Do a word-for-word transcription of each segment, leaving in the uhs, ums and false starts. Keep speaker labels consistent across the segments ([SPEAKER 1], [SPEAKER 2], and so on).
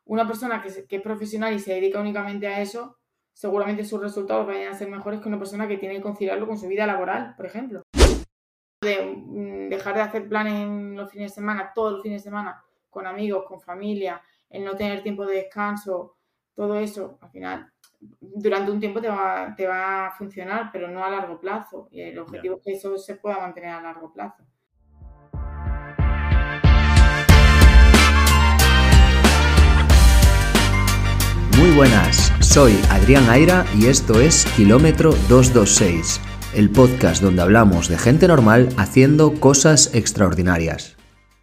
[SPEAKER 1] una persona que, se, que es profesional y se dedica únicamente a eso, seguramente sus resultados vayan a ser mejores que una persona que tiene que conciliarlo con su vida laboral, por ejemplo. De dejar de hacer planes en los fines de semana, todos los fines de semana, con amigos, con familia, el no tener tiempo de descanso, todo eso, al final, durante un tiempo te va, te va a funcionar, pero no a largo plazo. Y el objetivo yeah. es que eso se pueda mantener a largo plazo.
[SPEAKER 2] Muy buenas, soy Adrián Aira y esto es Kilómetro doscientos veintiséis, el podcast donde hablamos de gente normal haciendo cosas extraordinarias.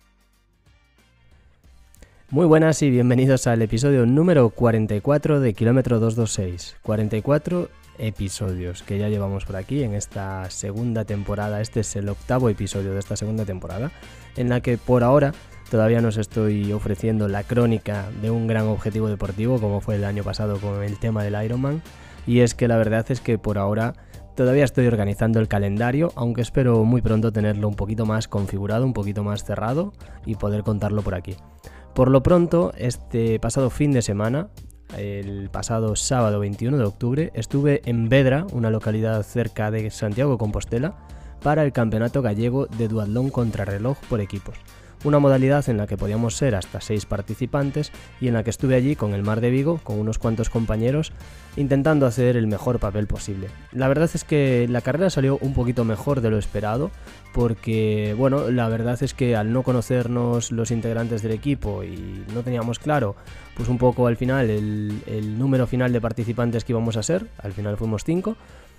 [SPEAKER 3] Muy buenas y bienvenidos al episodio número cuarenta y cuatro de Kilómetro doscientos veintiséis. cuarenta y cuatro episodios que ya llevamos por aquí en esta segunda temporada. Este es el octavo episodio de esta segunda temporada, en la que por ahora todavía no os estoy ofreciendo la crónica de un gran objetivo deportivo como fue el año pasado con el tema del Ironman. Y es que la verdad es que por ahora todavía estoy organizando el calendario, aunque espero muy pronto tenerlo un poquito más configurado, un poquito más cerrado y poder contarlo por aquí. Por lo pronto, este pasado fin de semana, el pasado sábado veintiuno de octubre, estuve en Vedra, una localidad cerca de Santiago de Compostela, para el Campeonato Gallego de Duatlón Contrarreloj por equipos. Una modalidad en la que podíamos ser hasta seis participantes y en la que estuve allí con el Mar de Vigo, con unos cuantos compañeros, intentando hacer el mejor papel posible. La verdad es que la carrera salió un poquito mejor de lo esperado, porque, bueno, la verdad es que al no conocernos los integrantes del equipo y no teníamos claro, pues un poco al final el, el número final de participantes que íbamos a ser, al final fuimos cinco,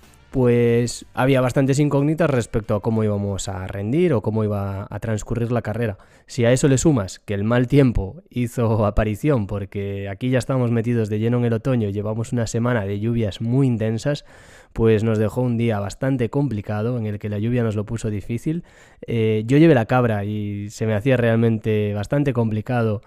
[SPEAKER 3] pues había bastantes incógnitas respecto a cómo íbamos a rendir o cómo iba a transcurrir la carrera. Si a eso le sumas que el mal tiempo hizo aparición, porque aquí ya estábamos metidos de lleno en el otoño y llevamos una semana de lluvias muy intensas, pues nos dejó un día bastante complicado en el que la lluvia nos lo puso difícil. Eh, yo llevé la cabra y se me hacía realmente bastante complicado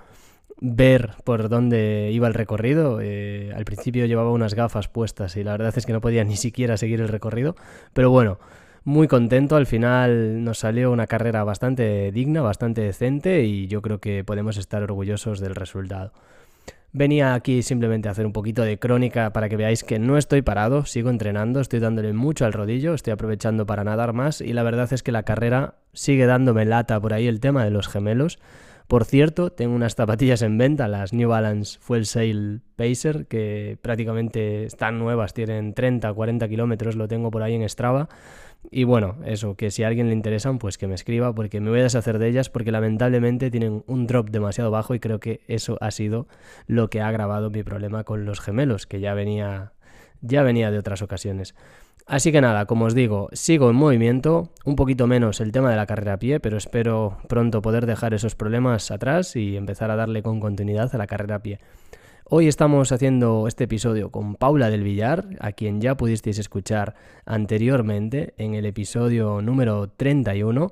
[SPEAKER 3] ver por dónde iba el recorrido. Eh, al principio llevaba unas gafas puestas y la verdad es que no podía ni siquiera seguir el recorrido, pero bueno, muy contento. Al final nos salió una carrera bastante digna, bastante decente y yo creo que podemos estar orgullosos del resultado. Venía aquí simplemente a hacer un poquito de crónica para que veáis que no estoy parado, sigo entrenando, estoy dándole mucho al rodillo, estoy aprovechando para nadar más y la verdad es que la carrera sigue dándome lata por ahí el tema de los gemelos. Por cierto, tengo unas zapatillas en venta, las New Balance Full Sail Pacer, que prácticamente están nuevas, tienen treinta, cuarenta kilómetros, lo tengo por ahí en Strava. Y bueno, eso, que si a alguien le interesan, pues que me escriba, porque me voy a deshacer de ellas, porque lamentablemente tienen un drop demasiado bajo y creo que eso ha sido lo que ha agravado mi problema con los gemelos, que ya venía, ya venía de otras ocasiones. Así que nada, como os digo, sigo en movimiento, un poquito menos el tema de la carrera a pie, pero espero pronto poder dejar esos problemas atrás y empezar a darle con continuidad a la carrera a pie. Hoy estamos haciendo este episodio con Paula del Villar, a quien ya pudisteis escuchar anteriormente en el episodio número treinta y uno,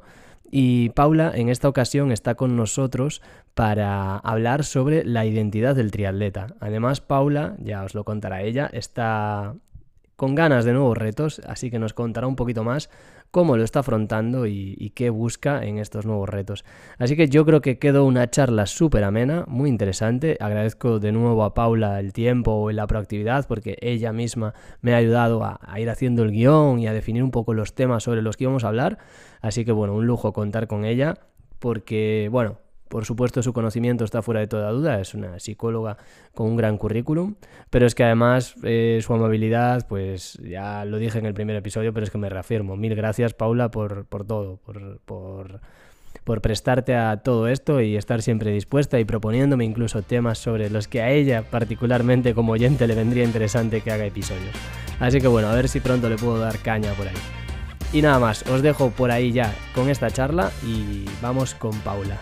[SPEAKER 3] y Paula en esta ocasión está con nosotros para hablar sobre la identidad del triatleta. Además, Paula, ya os lo contará ella, está con ganas de nuevos retos, así que nos contará un poquito más cómo lo está afrontando y, y qué busca en estos nuevos retos. Así que yo creo que quedó una charla súper amena, muy interesante. Agradezco de nuevo a Paula el tiempo y la proactividad porque ella misma me ha ayudado a, a ir haciendo el guión y a definir un poco los temas sobre los que íbamos a hablar. Así que bueno, un lujo contar con ella porque, bueno, por supuesto su conocimiento está fuera de toda duda, es una psicóloga con un gran currículum, pero es que además eh, su amabilidad, pues ya lo dije en el primer episodio, pero es que me reafirmo. Mil gracias, Paula, por, por todo, por, por, por prestarte a todo esto y estar siempre dispuesta y proponiéndome incluso temas sobre los que a ella particularmente como oyente le vendría interesante que haga episodios. Así que bueno, a ver si pronto le puedo dar caña por ahí. Y nada más, os dejo por ahí ya con esta charla y vamos con Paula.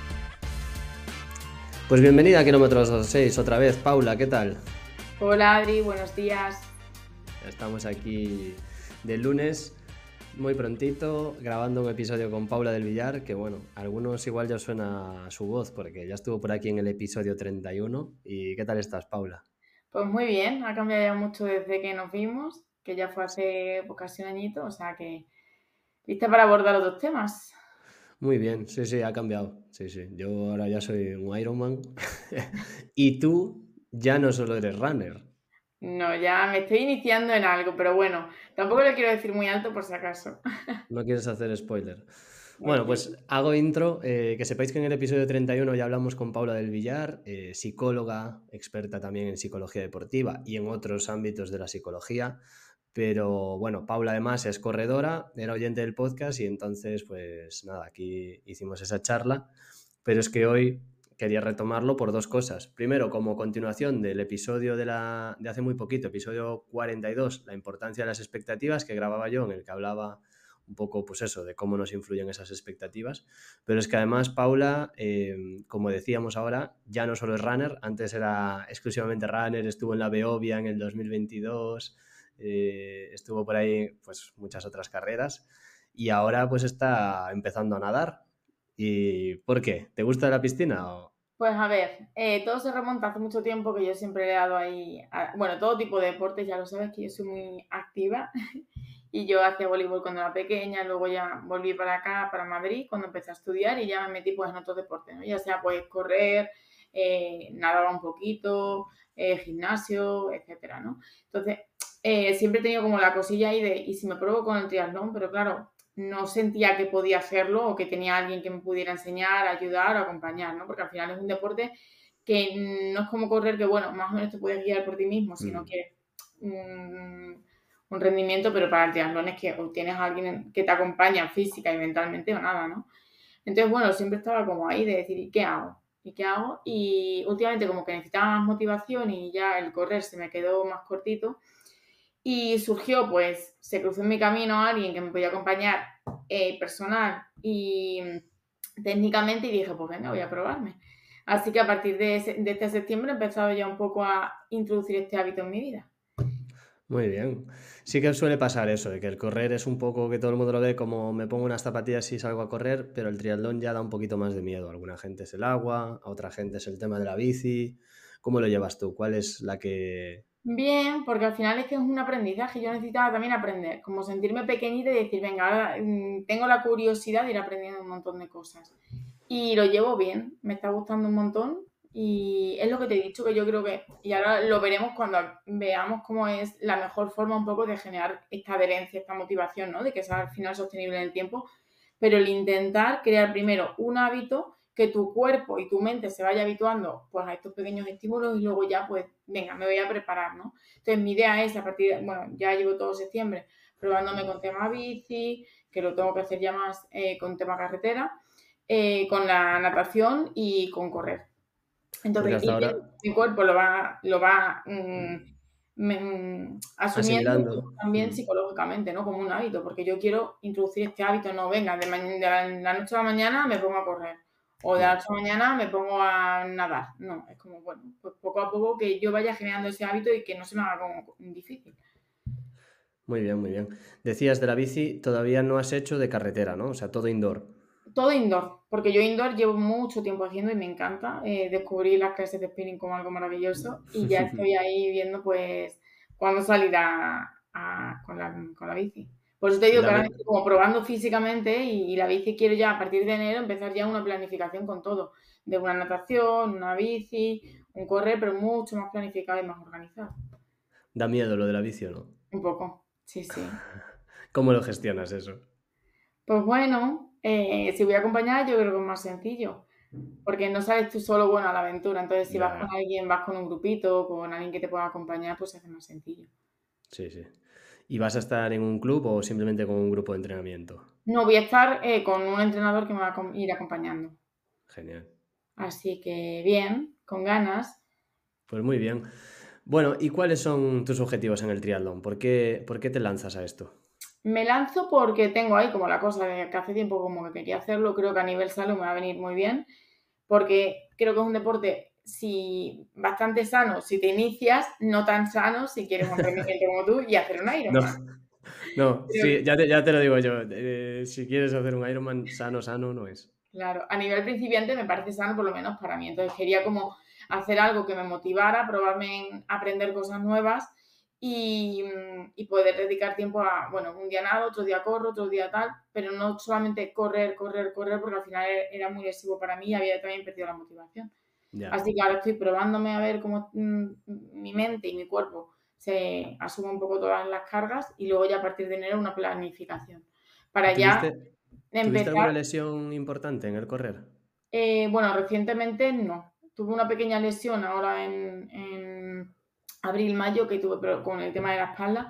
[SPEAKER 3] Pues bienvenida a Kilómetros doscientos veintiséis otra vez, Paula, ¿qué tal?
[SPEAKER 1] Hola Adri, buenos días.
[SPEAKER 3] Estamos aquí de lunes, muy prontito, grabando un episodio con Paula del Villar, que bueno, a algunos igual ya suena su voz, porque ya estuvo por aquí en el episodio treinta y uno. ¿Y qué tal estás, Paula?
[SPEAKER 1] Pues muy bien, ha cambiado ya mucho desde que nos vimos, que ya fue hace pues, casi un añito, o sea que lista para abordar otros temas.
[SPEAKER 3] Muy bien, sí, sí, ha cambiado. Sí, sí. Yo ahora ya soy un Ironman. Y tú ya no solo eres runner.
[SPEAKER 1] No, ya me estoy iniciando en algo, pero bueno, tampoco lo quiero decir muy alto por si acaso.
[SPEAKER 3] No quieres hacer spoiler.
[SPEAKER 1] No
[SPEAKER 3] Bueno,
[SPEAKER 1] quiero.
[SPEAKER 3] pues hago intro. Eh, que sepáis que en el episodio treinta y uno ya hablamos con Paula del Villar, eh, psicóloga, experta también en psicología deportiva y en otros ámbitos de la psicología. Pero bueno, Paula además es corredora, era oyente del podcast y entonces, pues nada, aquí hicimos esa charla. Pero es que hoy quería retomarlo por dos cosas. Primero, como continuación del episodio de, la, de hace muy poquito, episodio cuarenta y dos, la importancia de las expectativas que grababa yo, en el que hablaba un poco, pues eso, de cómo nos influyen esas expectativas. Pero es que además Paula, eh, como decíamos ahora, ya no solo es runner, antes era exclusivamente runner, estuvo en la Beovia en el dos mil veintidós, eh, estuvo por ahí pues muchas otras carreras y ahora pues está empezando a nadar. ¿Y por qué? ¿Te gusta la piscina o...?
[SPEAKER 1] Pues a ver, eh, todo se remonta hace mucho tiempo que yo siempre le he dado ahí, a, bueno, todo tipo de deportes, ya lo sabes que yo soy muy activa y yo hacía voleibol cuando era pequeña, luego ya volví para acá, para Madrid, cuando empecé a estudiar y ya me metí pues en otros deportes, ¿no? Ya sea pues correr, eh, nadar un poquito, eh, gimnasio, etcétera, ¿no? Entonces, eh, siempre he tenido como la cosilla ahí de, y si me pruebo con el triatlón, pero claro, no sentía que podía hacerlo o que tenía alguien que me pudiera enseñar, ayudar o acompañar, ¿no? Porque al final es un deporte que no es como correr, que bueno, más o menos te puedes guiar por ti mismo, sino
[SPEAKER 3] Mm.
[SPEAKER 1] que un, un rendimiento, pero para el triatlón es que o tienes a alguien que te acompaña física y mentalmente o nada, ¿no? Entonces, bueno, siempre estaba como ahí de decir, ¿y qué hago? ¿Y qué hago? Y últimamente como que necesitaba más motivación y ya el correr se me quedó más cortito. Y surgió, pues, se cruzó en mi camino alguien que me podía acompañar eh, personal y técnicamente y dije, pues venga, voy a probarme. Así que a partir de, ese, de este septiembre he empezado ya un poco a introducir este hábito en mi vida.
[SPEAKER 3] Muy bien. Sí que suele pasar eso, de que el correr es un poco que todo el mundo lo ve como me pongo unas zapatillas y salgo a correr, pero el triatlón ya da un poquito más de miedo. A alguna gente es el agua, a otra gente es el tema de la bici. ¿Cómo lo llevas tú? ¿Cuál es la que...?
[SPEAKER 1] Bien, porque al final es que es un aprendizaje. Yo necesitaba también aprender, como sentirme pequeñita y decir, venga, ahora mm, tengo la curiosidad de ir aprendiendo un montón de cosas. Y lo llevo bien, me está gustando un montón. Y es lo que te he dicho, que yo creo que, y ahora lo veremos cuando veamos cómo es la mejor forma un poco de generar esta adherencia, esta motivación, ¿no? De que sea al final sostenible en el tiempo. Pero el intentar crear primero un hábito que tu cuerpo y tu mente se vaya habituando pues a estos pequeños estímulos y luego ya pues venga, me voy a preparar, ¿no? Entonces mi idea es a partir de, bueno, ya llevo todo septiembre probándome con tema bici, que lo tengo que hacer ya más eh, con tema carretera, eh, con la natación y con correr.
[SPEAKER 3] Porque
[SPEAKER 1] Entonces,
[SPEAKER 3] hasta
[SPEAKER 1] y
[SPEAKER 3] ahora
[SPEAKER 1] mi cuerpo lo va, lo va mmm, me, asumiendo
[SPEAKER 3] asimilando.
[SPEAKER 1] también
[SPEAKER 3] Mm.
[SPEAKER 1] psicológicamente, ¿no? Como un hábito, porque yo quiero introducir este hábito, no venga, de, de la, la noche a la mañana me pongo a correr, o de la
[SPEAKER 3] Ya.
[SPEAKER 1] noche a la mañana me pongo a nadar, no, es como, bueno, pues poco a poco que yo vaya generando ese hábito y que no se me haga como difícil.
[SPEAKER 3] Muy bien, muy bien. Decías de la bici, todavía no has hecho de carretera, ¿no? O sea, todo indoor.
[SPEAKER 1] Todo indoor, porque yo indoor llevo mucho tiempo haciendo y me encanta. Eh, descubrí las clases de spinning como algo maravilloso y ya estoy ahí viendo pues cuándo salir a, a- con, la, con la bici. Por eso te
[SPEAKER 3] Y
[SPEAKER 1] digo que
[SPEAKER 3] la
[SPEAKER 1] ahora
[SPEAKER 3] ve-
[SPEAKER 1] estoy como probando físicamente y, y la bici quiero ya a partir de enero empezar ya una planificación con todo, de una natación, una bici, un correr, pero mucho más planificado y más organizado.
[SPEAKER 3] Da miedo lo de la bici, ¿o no?
[SPEAKER 1] Un poco, sí, sí.
[SPEAKER 3] ¿Cómo lo gestionas eso?
[SPEAKER 1] Pues bueno, eh, si voy acompañada yo creo que es más sencillo. Porque no sales tú solo, bueno, a la aventura. Entonces, si vas con
[SPEAKER 3] Ya,
[SPEAKER 1] alguien, vas con un grupito, con alguien que te pueda acompañar, pues se hace más sencillo.
[SPEAKER 3] sí, sí. ¿Y vas a estar en un club o simplemente con un grupo de entrenamiento?
[SPEAKER 1] No, voy a estar eh, con un entrenador que me va a ir acompañando.
[SPEAKER 3] Genial.
[SPEAKER 1] Así que bien, con ganas.
[SPEAKER 3] Pues muy bien. Bueno, ¿y cuáles son tus objetivos en el triatlón? ¿Por qué, por qué te lanzas a esto?
[SPEAKER 1] Me lanzo porque tengo ahí como la cosa de que hace tiempo como que quería hacerlo. Creo que a nivel salud me va a venir muy bien. Porque creo que es un deporte si, bastante sano si te inicias, no tan sano si quieres un rendimiento como tú y hacer un
[SPEAKER 3] No,
[SPEAKER 1] Ironman.
[SPEAKER 3] no,
[SPEAKER 1] Pero
[SPEAKER 3] sí, ya te, ya te lo digo yo. Eh, si quieres hacer un Ironman sano, sano no es.
[SPEAKER 1] claro, a nivel principiante me parece sano por lo menos para mí. Entonces quería como hacer algo que me motivara, probarme en aprender cosas nuevas y, y poder dedicar tiempo a, bueno, un día nada, otro día corro, otro día tal, pero no solamente correr, correr, correr, porque al final era muy lesivo para mí y había también perdido la motivación.
[SPEAKER 3] Ya.
[SPEAKER 1] Así que ahora estoy probándome a ver cómo mm, mi mente y mi cuerpo se asumen un poco todas las cargas y luego ya a partir de enero una planificación. Para ya
[SPEAKER 3] ¿Tuviste, ¿Tuviste alguna
[SPEAKER 1] empezar,
[SPEAKER 3] lesión importante en el correr?
[SPEAKER 1] eh, bueno, recientemente no. Tuve una pequeña lesión ahora en, en abril, mayo, que tuve pero con el tema de la espalda,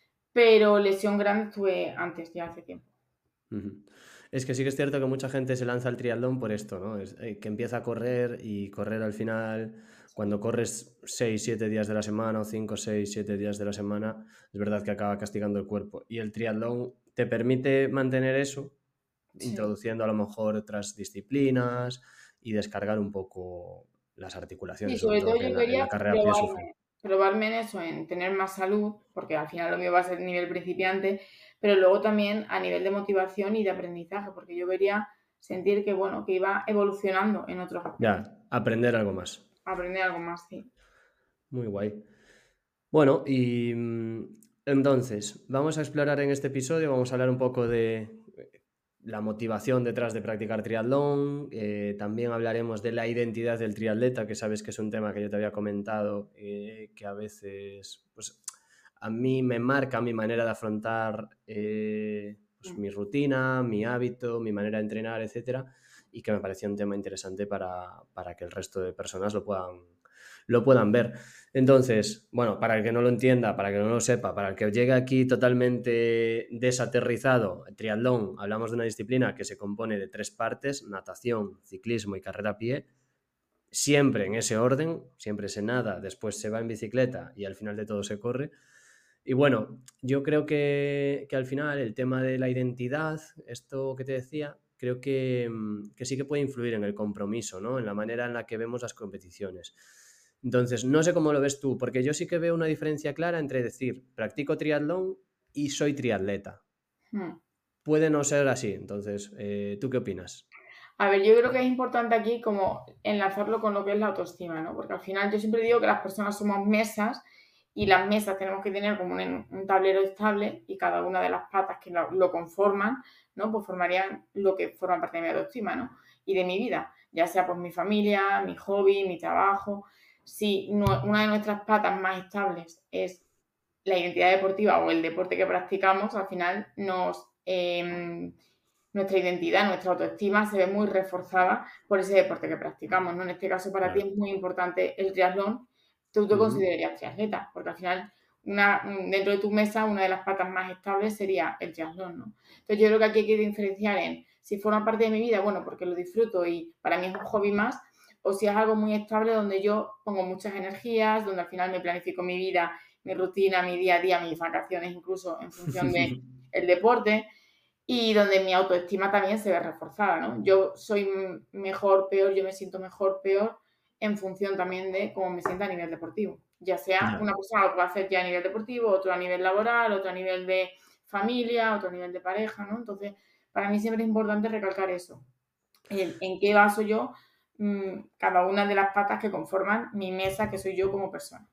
[SPEAKER 1] pero lesión grande tuve antes, ya hace tiempo.
[SPEAKER 3] Ujú. Es que sí que es cierto que mucha gente se lanza al triatlón por esto, ¿no? Es, eh, que empieza a correr y correr al final, cuando corres seis siete días de la semana o cinco seis siete días de la semana, es verdad que acaba castigando el cuerpo. Y el triatlón te permite mantener eso,
[SPEAKER 1] Sí.
[SPEAKER 3] introduciendo a lo mejor otras disciplinas y descargar un poco las
[SPEAKER 1] Sí,
[SPEAKER 3] articulaciones, sobre
[SPEAKER 1] sobre
[SPEAKER 3] todo
[SPEAKER 1] todo
[SPEAKER 3] que en
[SPEAKER 1] yo
[SPEAKER 3] la, en
[SPEAKER 1] quería
[SPEAKER 3] la carrera a pie sufren.
[SPEAKER 1] probarme, probarme en eso, en tener más salud, porque al final lo mío va a ser nivel principiante, pero luego también a nivel de motivación y de aprendizaje, porque yo quería sentir que, bueno, que iba evolucionando en otros aspectos.
[SPEAKER 3] Ya, aprender algo más.
[SPEAKER 1] Aprender algo más, sí.
[SPEAKER 3] Muy guay. Bueno, y mm, entonces, vamos a explorar en este episodio, vamos a hablar un poco de eh, la motivación detrás de practicar triatlón, eh, también hablaremos de la identidad del triatleta, que sabes que es un tema que yo te había comentado, eh, que a veces, pues, a mí me marca mi manera de afrontar eh, pues,
[SPEAKER 1] Mm.
[SPEAKER 3] mi rutina, mi hábito, mi manera de entrenar, etcétera, y que me pareció un tema interesante para, para que el resto de personas lo puedan, lo puedan ver. Entonces, bueno, para el que no lo entienda, para el que no lo sepa, para el que llegue aquí totalmente desaterrizado, el triatlón, hablamos de una disciplina que se compone de tres partes: natación, ciclismo y carrera a pie, siempre en ese orden, siempre se nada, después se va en bicicleta y al final de todo se corre. Y bueno, yo creo que, que al final el tema de la identidad, esto que te decía, creo que, que sí que puede influir en el compromiso, ¿no? En la manera en la que vemos las competiciones. Entonces, no sé cómo lo ves tú, porque yo sí que veo una diferencia clara entre decir practico triatlón y soy triatleta.
[SPEAKER 1] Mm.
[SPEAKER 3] Puede no ser así, entonces, eh, ¿tú qué opinas?
[SPEAKER 1] A ver, yo creo que es importante aquí como enlazarlo con lo que es la autoestima, ¿no? Porque al final yo siempre digo que las personas somos mesas y las mesas tenemos que tener como un, un tablero estable y cada una de las patas que lo, lo conforman, ¿no? Pues formarían lo que forma parte de mi autoestima, ¿no? Y de mi vida, ya sea pues mi familia, mi hobby, mi trabajo. Si no, una de nuestras patas más estables es la identidad deportiva o el deporte que practicamos, al final nos... Eh, nuestra identidad, nuestra autoestima se ve muy reforzada por ese deporte que practicamos, ¿no? En este caso para ti
[SPEAKER 3] Claro.
[SPEAKER 1] es muy importante el triatlón, tú te
[SPEAKER 3] Uh-huh.
[SPEAKER 1] considerarías triatleta, porque al final una, dentro de tu mesa una de las patas más estables sería el triatlón, ¿no? Entonces yo creo que aquí hay que diferenciar en si forma parte de mi vida, bueno, porque lo disfruto y para mí es un hobby más, o si es algo muy estable donde yo pongo muchas energías, donde al final me planifico mi vida, mi rutina, mi día a día, mis vacaciones incluso en función del deporte, y donde mi autoestima también se ve reforzada, ¿no? Yo soy mejor, peor, yo me siento mejor, peor, en función también de cómo me sienta a nivel deportivo. Ya sea
[SPEAKER 3] Ya.
[SPEAKER 1] una persona lo puede hacer ya a nivel deportivo, otro a nivel laboral, otro a nivel de familia, otro a nivel de pareja, ¿no? Entonces, para mí siempre es importante recalcar eso. En, en qué baso yo mmm, cada una de las patas que conforman mi mesa, que soy yo como persona.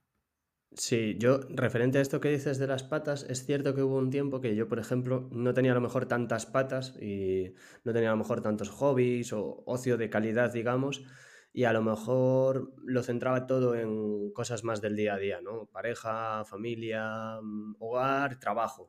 [SPEAKER 3] Sí, yo, referente a esto que dices de las patas, es cierto que hubo un tiempo que yo, por ejemplo, no tenía a lo mejor tantas patas y no tenía a lo mejor tantos hobbies o ocio de calidad, digamos, y a lo mejor lo centraba todo en cosas más del día a día, ¿no? Pareja, familia, mm, hogar, trabajo.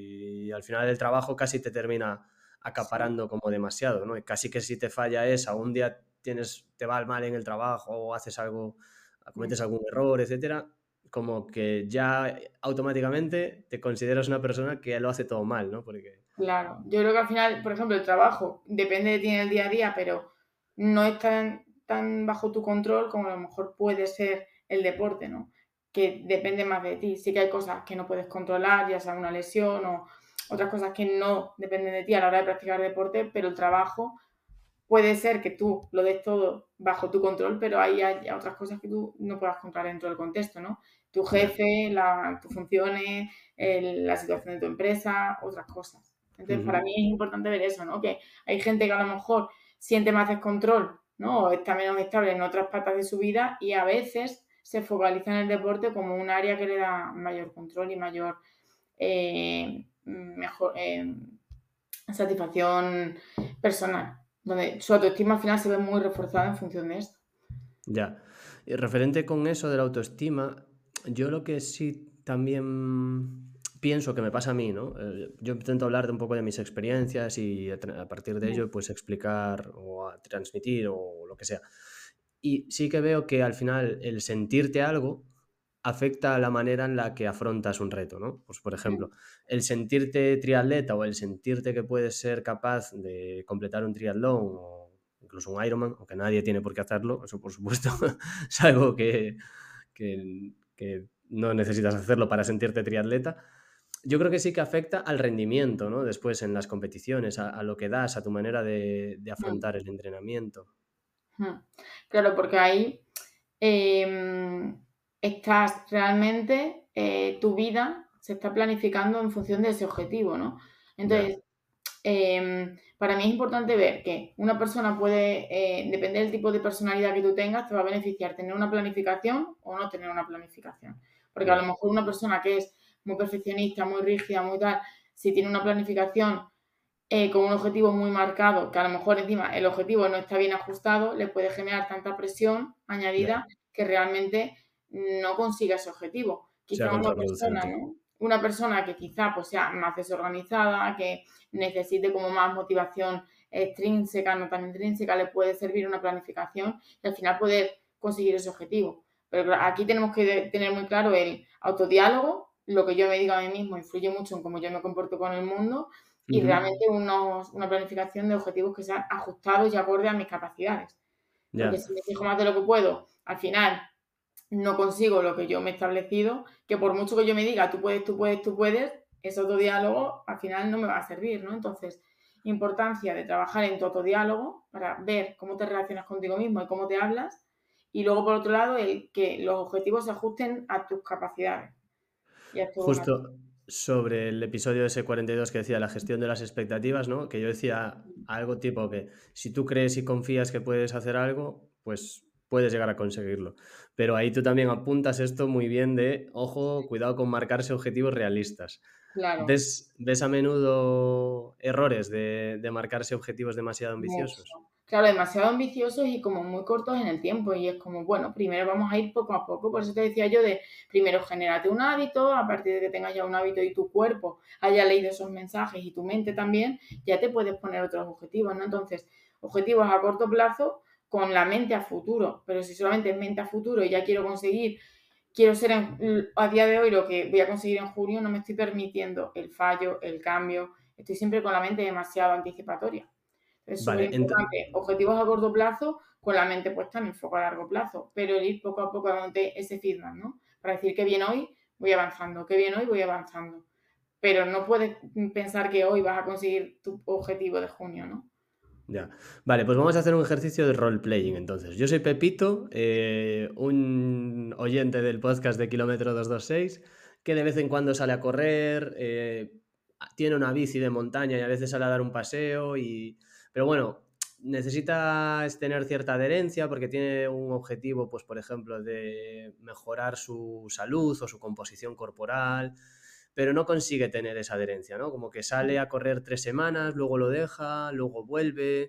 [SPEAKER 3] Y al final el trabajo casi te termina
[SPEAKER 1] Sí,
[SPEAKER 3] acaparando como demasiado, ¿no? Y casi que si te falla esa, un día tienes, te va mal en el trabajo o haces algo, cometes algún error, etcétera, como que ya automáticamente te consideras una persona que lo hace todo mal, ¿no? Porque...
[SPEAKER 1] claro. Yo creo que al final, por ejemplo, el trabajo depende de ti en el día a día, pero no es tan, tan bajo tu control como a lo mejor puede ser el deporte, ¿no? Que depende más de ti. Sí que hay cosas que no puedes controlar, ya sea una lesión o otras cosas que no dependen de ti a la hora de practicar deporte, pero el trabajo puede ser que tú lo des todo bajo tu control, pero hay, hay otras cosas que tú no puedas controlar dentro del contexto, ¿no? Tu
[SPEAKER 3] Ya.
[SPEAKER 1] jefe, la, tus funciones, el, la situación de tu empresa, otras cosas. Entonces, para
[SPEAKER 3] Ujú.
[SPEAKER 1] mí es importante ver eso, ¿no? Que hay gente que a lo mejor siente más descontrol, ¿no? O está menos estable en otras patas de su vida y a veces se focaliza en el deporte como un área que le da mayor control y mayor eh, mejor eh, satisfacción personal, donde su autoestima al final se ve muy reforzada en función de esto.
[SPEAKER 3] Ya. Y referente con eso de la autoestima, yo lo que sí también pienso que me pasa a mí, ¿no? Eh, yo intento hablar de un poco de mis experiencias y a, tra- a partir de ello, pues explicar o a transmitir o lo que sea. Y sí que veo que al final el sentirte algo afecta a la manera en la que afrontas un reto, ¿no? Pues por ejemplo, el sentirte triatleta o el sentirte que puedes ser capaz de completar un triatlón o incluso un Ironman, aunque nadie tiene por qué hacerlo, eso por supuesto, es algo que, que, que no necesitas hacerlo para sentirte triatleta. Yo creo que sí que afecta al rendimiento, ¿no? Después en las competiciones, a, a lo que das, a tu manera de, de afrontar el entrenamiento.
[SPEAKER 1] Claro, porque ahí eh, estás realmente, eh, tu vida se está planificando en función de ese objetivo, ¿no? Entonces,
[SPEAKER 3] Ya,
[SPEAKER 1] eh, para mí es importante ver que una persona puede, eh, depender del tipo de personalidad que tú tengas, te va a beneficiar tener una planificación o no tener una planificación. Porque a lo
[SPEAKER 3] ya,
[SPEAKER 1] mejor una persona que es muy perfeccionista, muy rígida, muy tal, si tiene una planificación eh, con un objetivo muy marcado, que a lo mejor encima el objetivo no está bien ajustado, le puede generar tanta presión
[SPEAKER 3] ya.
[SPEAKER 1] añadida que realmente no consiga ese objetivo.
[SPEAKER 3] Sea
[SPEAKER 1] Quizá una persona,
[SPEAKER 3] contraproducente.
[SPEAKER 1] ¿no? Una persona que quizá pues, sea más desorganizada, que necesite como más motivación extrínseca, no tan intrínseca, le puede servir una planificación y al final poder conseguir ese objetivo. Pero aquí tenemos que tener muy claro el autodiálogo, lo que yo me digo a mí mismo influye mucho en cómo yo me comporto con el mundo y
[SPEAKER 3] Ujú.
[SPEAKER 1] realmente unos, una planificación de objetivos que sean ajustados y acordes a mis capacidades. Porque
[SPEAKER 3] Ya,
[SPEAKER 1] si me fijo más de lo que puedo, al final no consigo lo que yo me he establecido, que por mucho que yo me diga, tú puedes, tú puedes, tú puedes, ese autodiálogo al final no me va a servir, ¿no? Entonces, importancia de trabajar en tu autodiálogo para ver cómo te relacionas contigo mismo y cómo te hablas. Y luego, por otro lado, el que los objetivos se ajusten a tus capacidades y a tu
[SPEAKER 3] justo sobre el episodio de ese cuarenta y dos que decía la gestión de las expectativas, ¿no? Que yo decía algo tipo que si tú crees y confías que puedes hacer algo, pues puedes llegar a conseguirlo. Pero ahí tú también apuntas esto muy bien de, ojo, cuidado con marcarse objetivos realistas.
[SPEAKER 1] Claro.
[SPEAKER 3] ¿Ves, ves a menudo errores de, de marcarse objetivos demasiado
[SPEAKER 1] Mucho.
[SPEAKER 3] ambiciosos?
[SPEAKER 1] Claro, demasiado ambiciosos y como muy cortos en el tiempo. Y es como, bueno, primero vamos a ir poco a poco. Por eso te decía yo de, primero genérate un hábito, a partir de que tengas ya un hábito y tu cuerpo haya leído esos mensajes y tu mente también, ya te puedes poner otros objetivos, ¿no? Entonces, objetivos a corto plazo con la mente a futuro. Pero si solamente es mente a futuro y ya quiero conseguir, quiero ser en- a día de hoy lo que voy a conseguir en junio, no me estoy permitiendo el fallo, el cambio. Estoy siempre con la mente demasiado anticipatoria. Es súper
[SPEAKER 3] Vale, ent-
[SPEAKER 1] importante, objetivos a corto plazo con la mente puesta en el foco a largo plazo, pero el ir poco a poco dándote ese feedback, ¿no? Para decir que bien hoy voy avanzando, que bien hoy voy avanzando. Pero no puedes pensar que hoy vas a conseguir tu objetivo de junio, ¿no?
[SPEAKER 3] ya. Vale, pues vamos a hacer un ejercicio de role-playing entonces. Yo soy Pepito, eh, un oyente del podcast de Kilómetro doscientos veintiséis, que de vez en cuando sale a correr, eh, tiene una bici de montaña y a veces sale a dar un paseo, y... pero bueno, necesitas tener cierta adherencia porque tiene un objetivo, pues por ejemplo, de mejorar su salud o su composición corporal, pero no consigue tener esa adherencia, ¿no? Como que sale a correr tres semanas, luego lo deja, luego vuelve.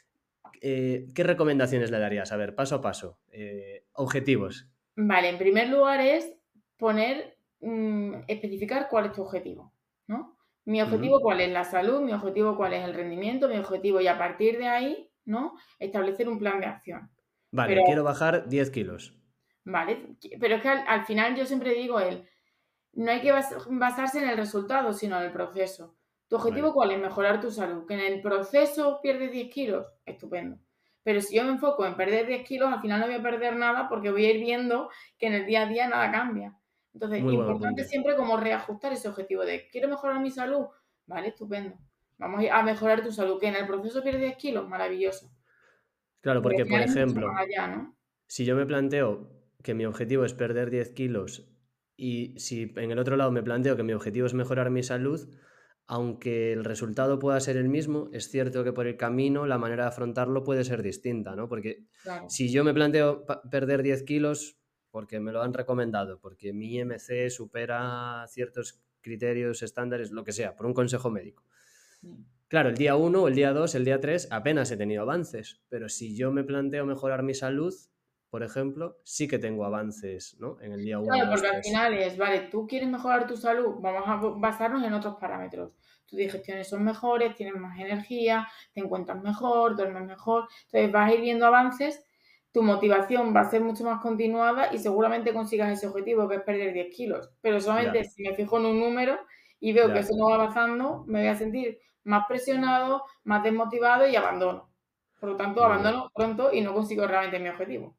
[SPEAKER 3] Eh, ¿qué recomendaciones le darías? A ver, paso a paso. Eh, objetivos.
[SPEAKER 1] Vale, en primer lugar es poner, mmm, especificar cuál es tu objetivo, ¿no? Mi objetivo
[SPEAKER 3] Ujú.
[SPEAKER 1] cuál es la salud, mi objetivo cuál es el rendimiento, mi objetivo y a partir de ahí, ¿no? Establecer un plan de acción. Pero
[SPEAKER 3] Vale, quiero bajar diez kilos.
[SPEAKER 1] Vale, pero es que al, al final yo siempre digo el, no hay que bas- basarse en el resultado, sino en el proceso. ¿Tu objetivo
[SPEAKER 3] Vale,
[SPEAKER 1] cuál es? Mejorar tu salud. Que en el proceso pierdes diez kilos, estupendo. Pero si yo me enfoco en perder diez kilos, al final no voy a perder nada porque voy a ir viendo que en el día a día nada cambia. Entonces,
[SPEAKER 3] muy buen
[SPEAKER 1] importante
[SPEAKER 3] apunte.
[SPEAKER 1] siempre como reajustar ese objetivo de, ¿quiero mejorar mi salud? Vale, estupendo. Vamos a mejorar tu salud. Que en el proceso pierdes diez kilos, maravilloso.
[SPEAKER 3] Claro,
[SPEAKER 1] Pero al
[SPEAKER 3] porque, por
[SPEAKER 1] final es mucho
[SPEAKER 3] ejemplo,
[SPEAKER 1] más allá, ¿no?
[SPEAKER 3] si yo me planteo que mi objetivo es perder diez kilos y si en el otro lado me planteo que mi objetivo es mejorar mi salud, aunque el resultado pueda ser el mismo, es cierto que por el camino la manera de afrontarlo puede ser distinta, ¿no? Porque
[SPEAKER 1] Claro.
[SPEAKER 3] si yo me planteo pa- perder diez kilos, porque me lo han recomendado, porque mi I M C supera ciertos criterios, estándares, lo que sea, por un consejo médico.
[SPEAKER 1] Sí.
[SPEAKER 3] Claro, el día uno, el día dos, el día tres apenas he tenido avances, pero si yo me planteo mejorar mi salud, por ejemplo, sí que tengo avances, ¿no? En el día uno,
[SPEAKER 1] Claro,
[SPEAKER 3] dos,
[SPEAKER 1] porque al
[SPEAKER 3] tres.
[SPEAKER 1] final es, vale, tú quieres mejorar tu salud, vamos a basarnos en otros parámetros. Tus digestiones son mejores, tienes más energía, te encuentras mejor, duermes mejor. Entonces vas a ir viendo avances, tu motivación va a ser mucho más continuada y seguramente consigas ese objetivo, que es perder diez kilos. Pero solamente
[SPEAKER 3] Ya,
[SPEAKER 1] si me fijo en un número y veo que
[SPEAKER 3] ya,
[SPEAKER 1] eso no va avanzando, me voy a sentir más presionado, más desmotivado y abandono. Por lo tanto,
[SPEAKER 3] muy bien.
[SPEAKER 1] abandono pronto y no consigo realmente mi objetivo.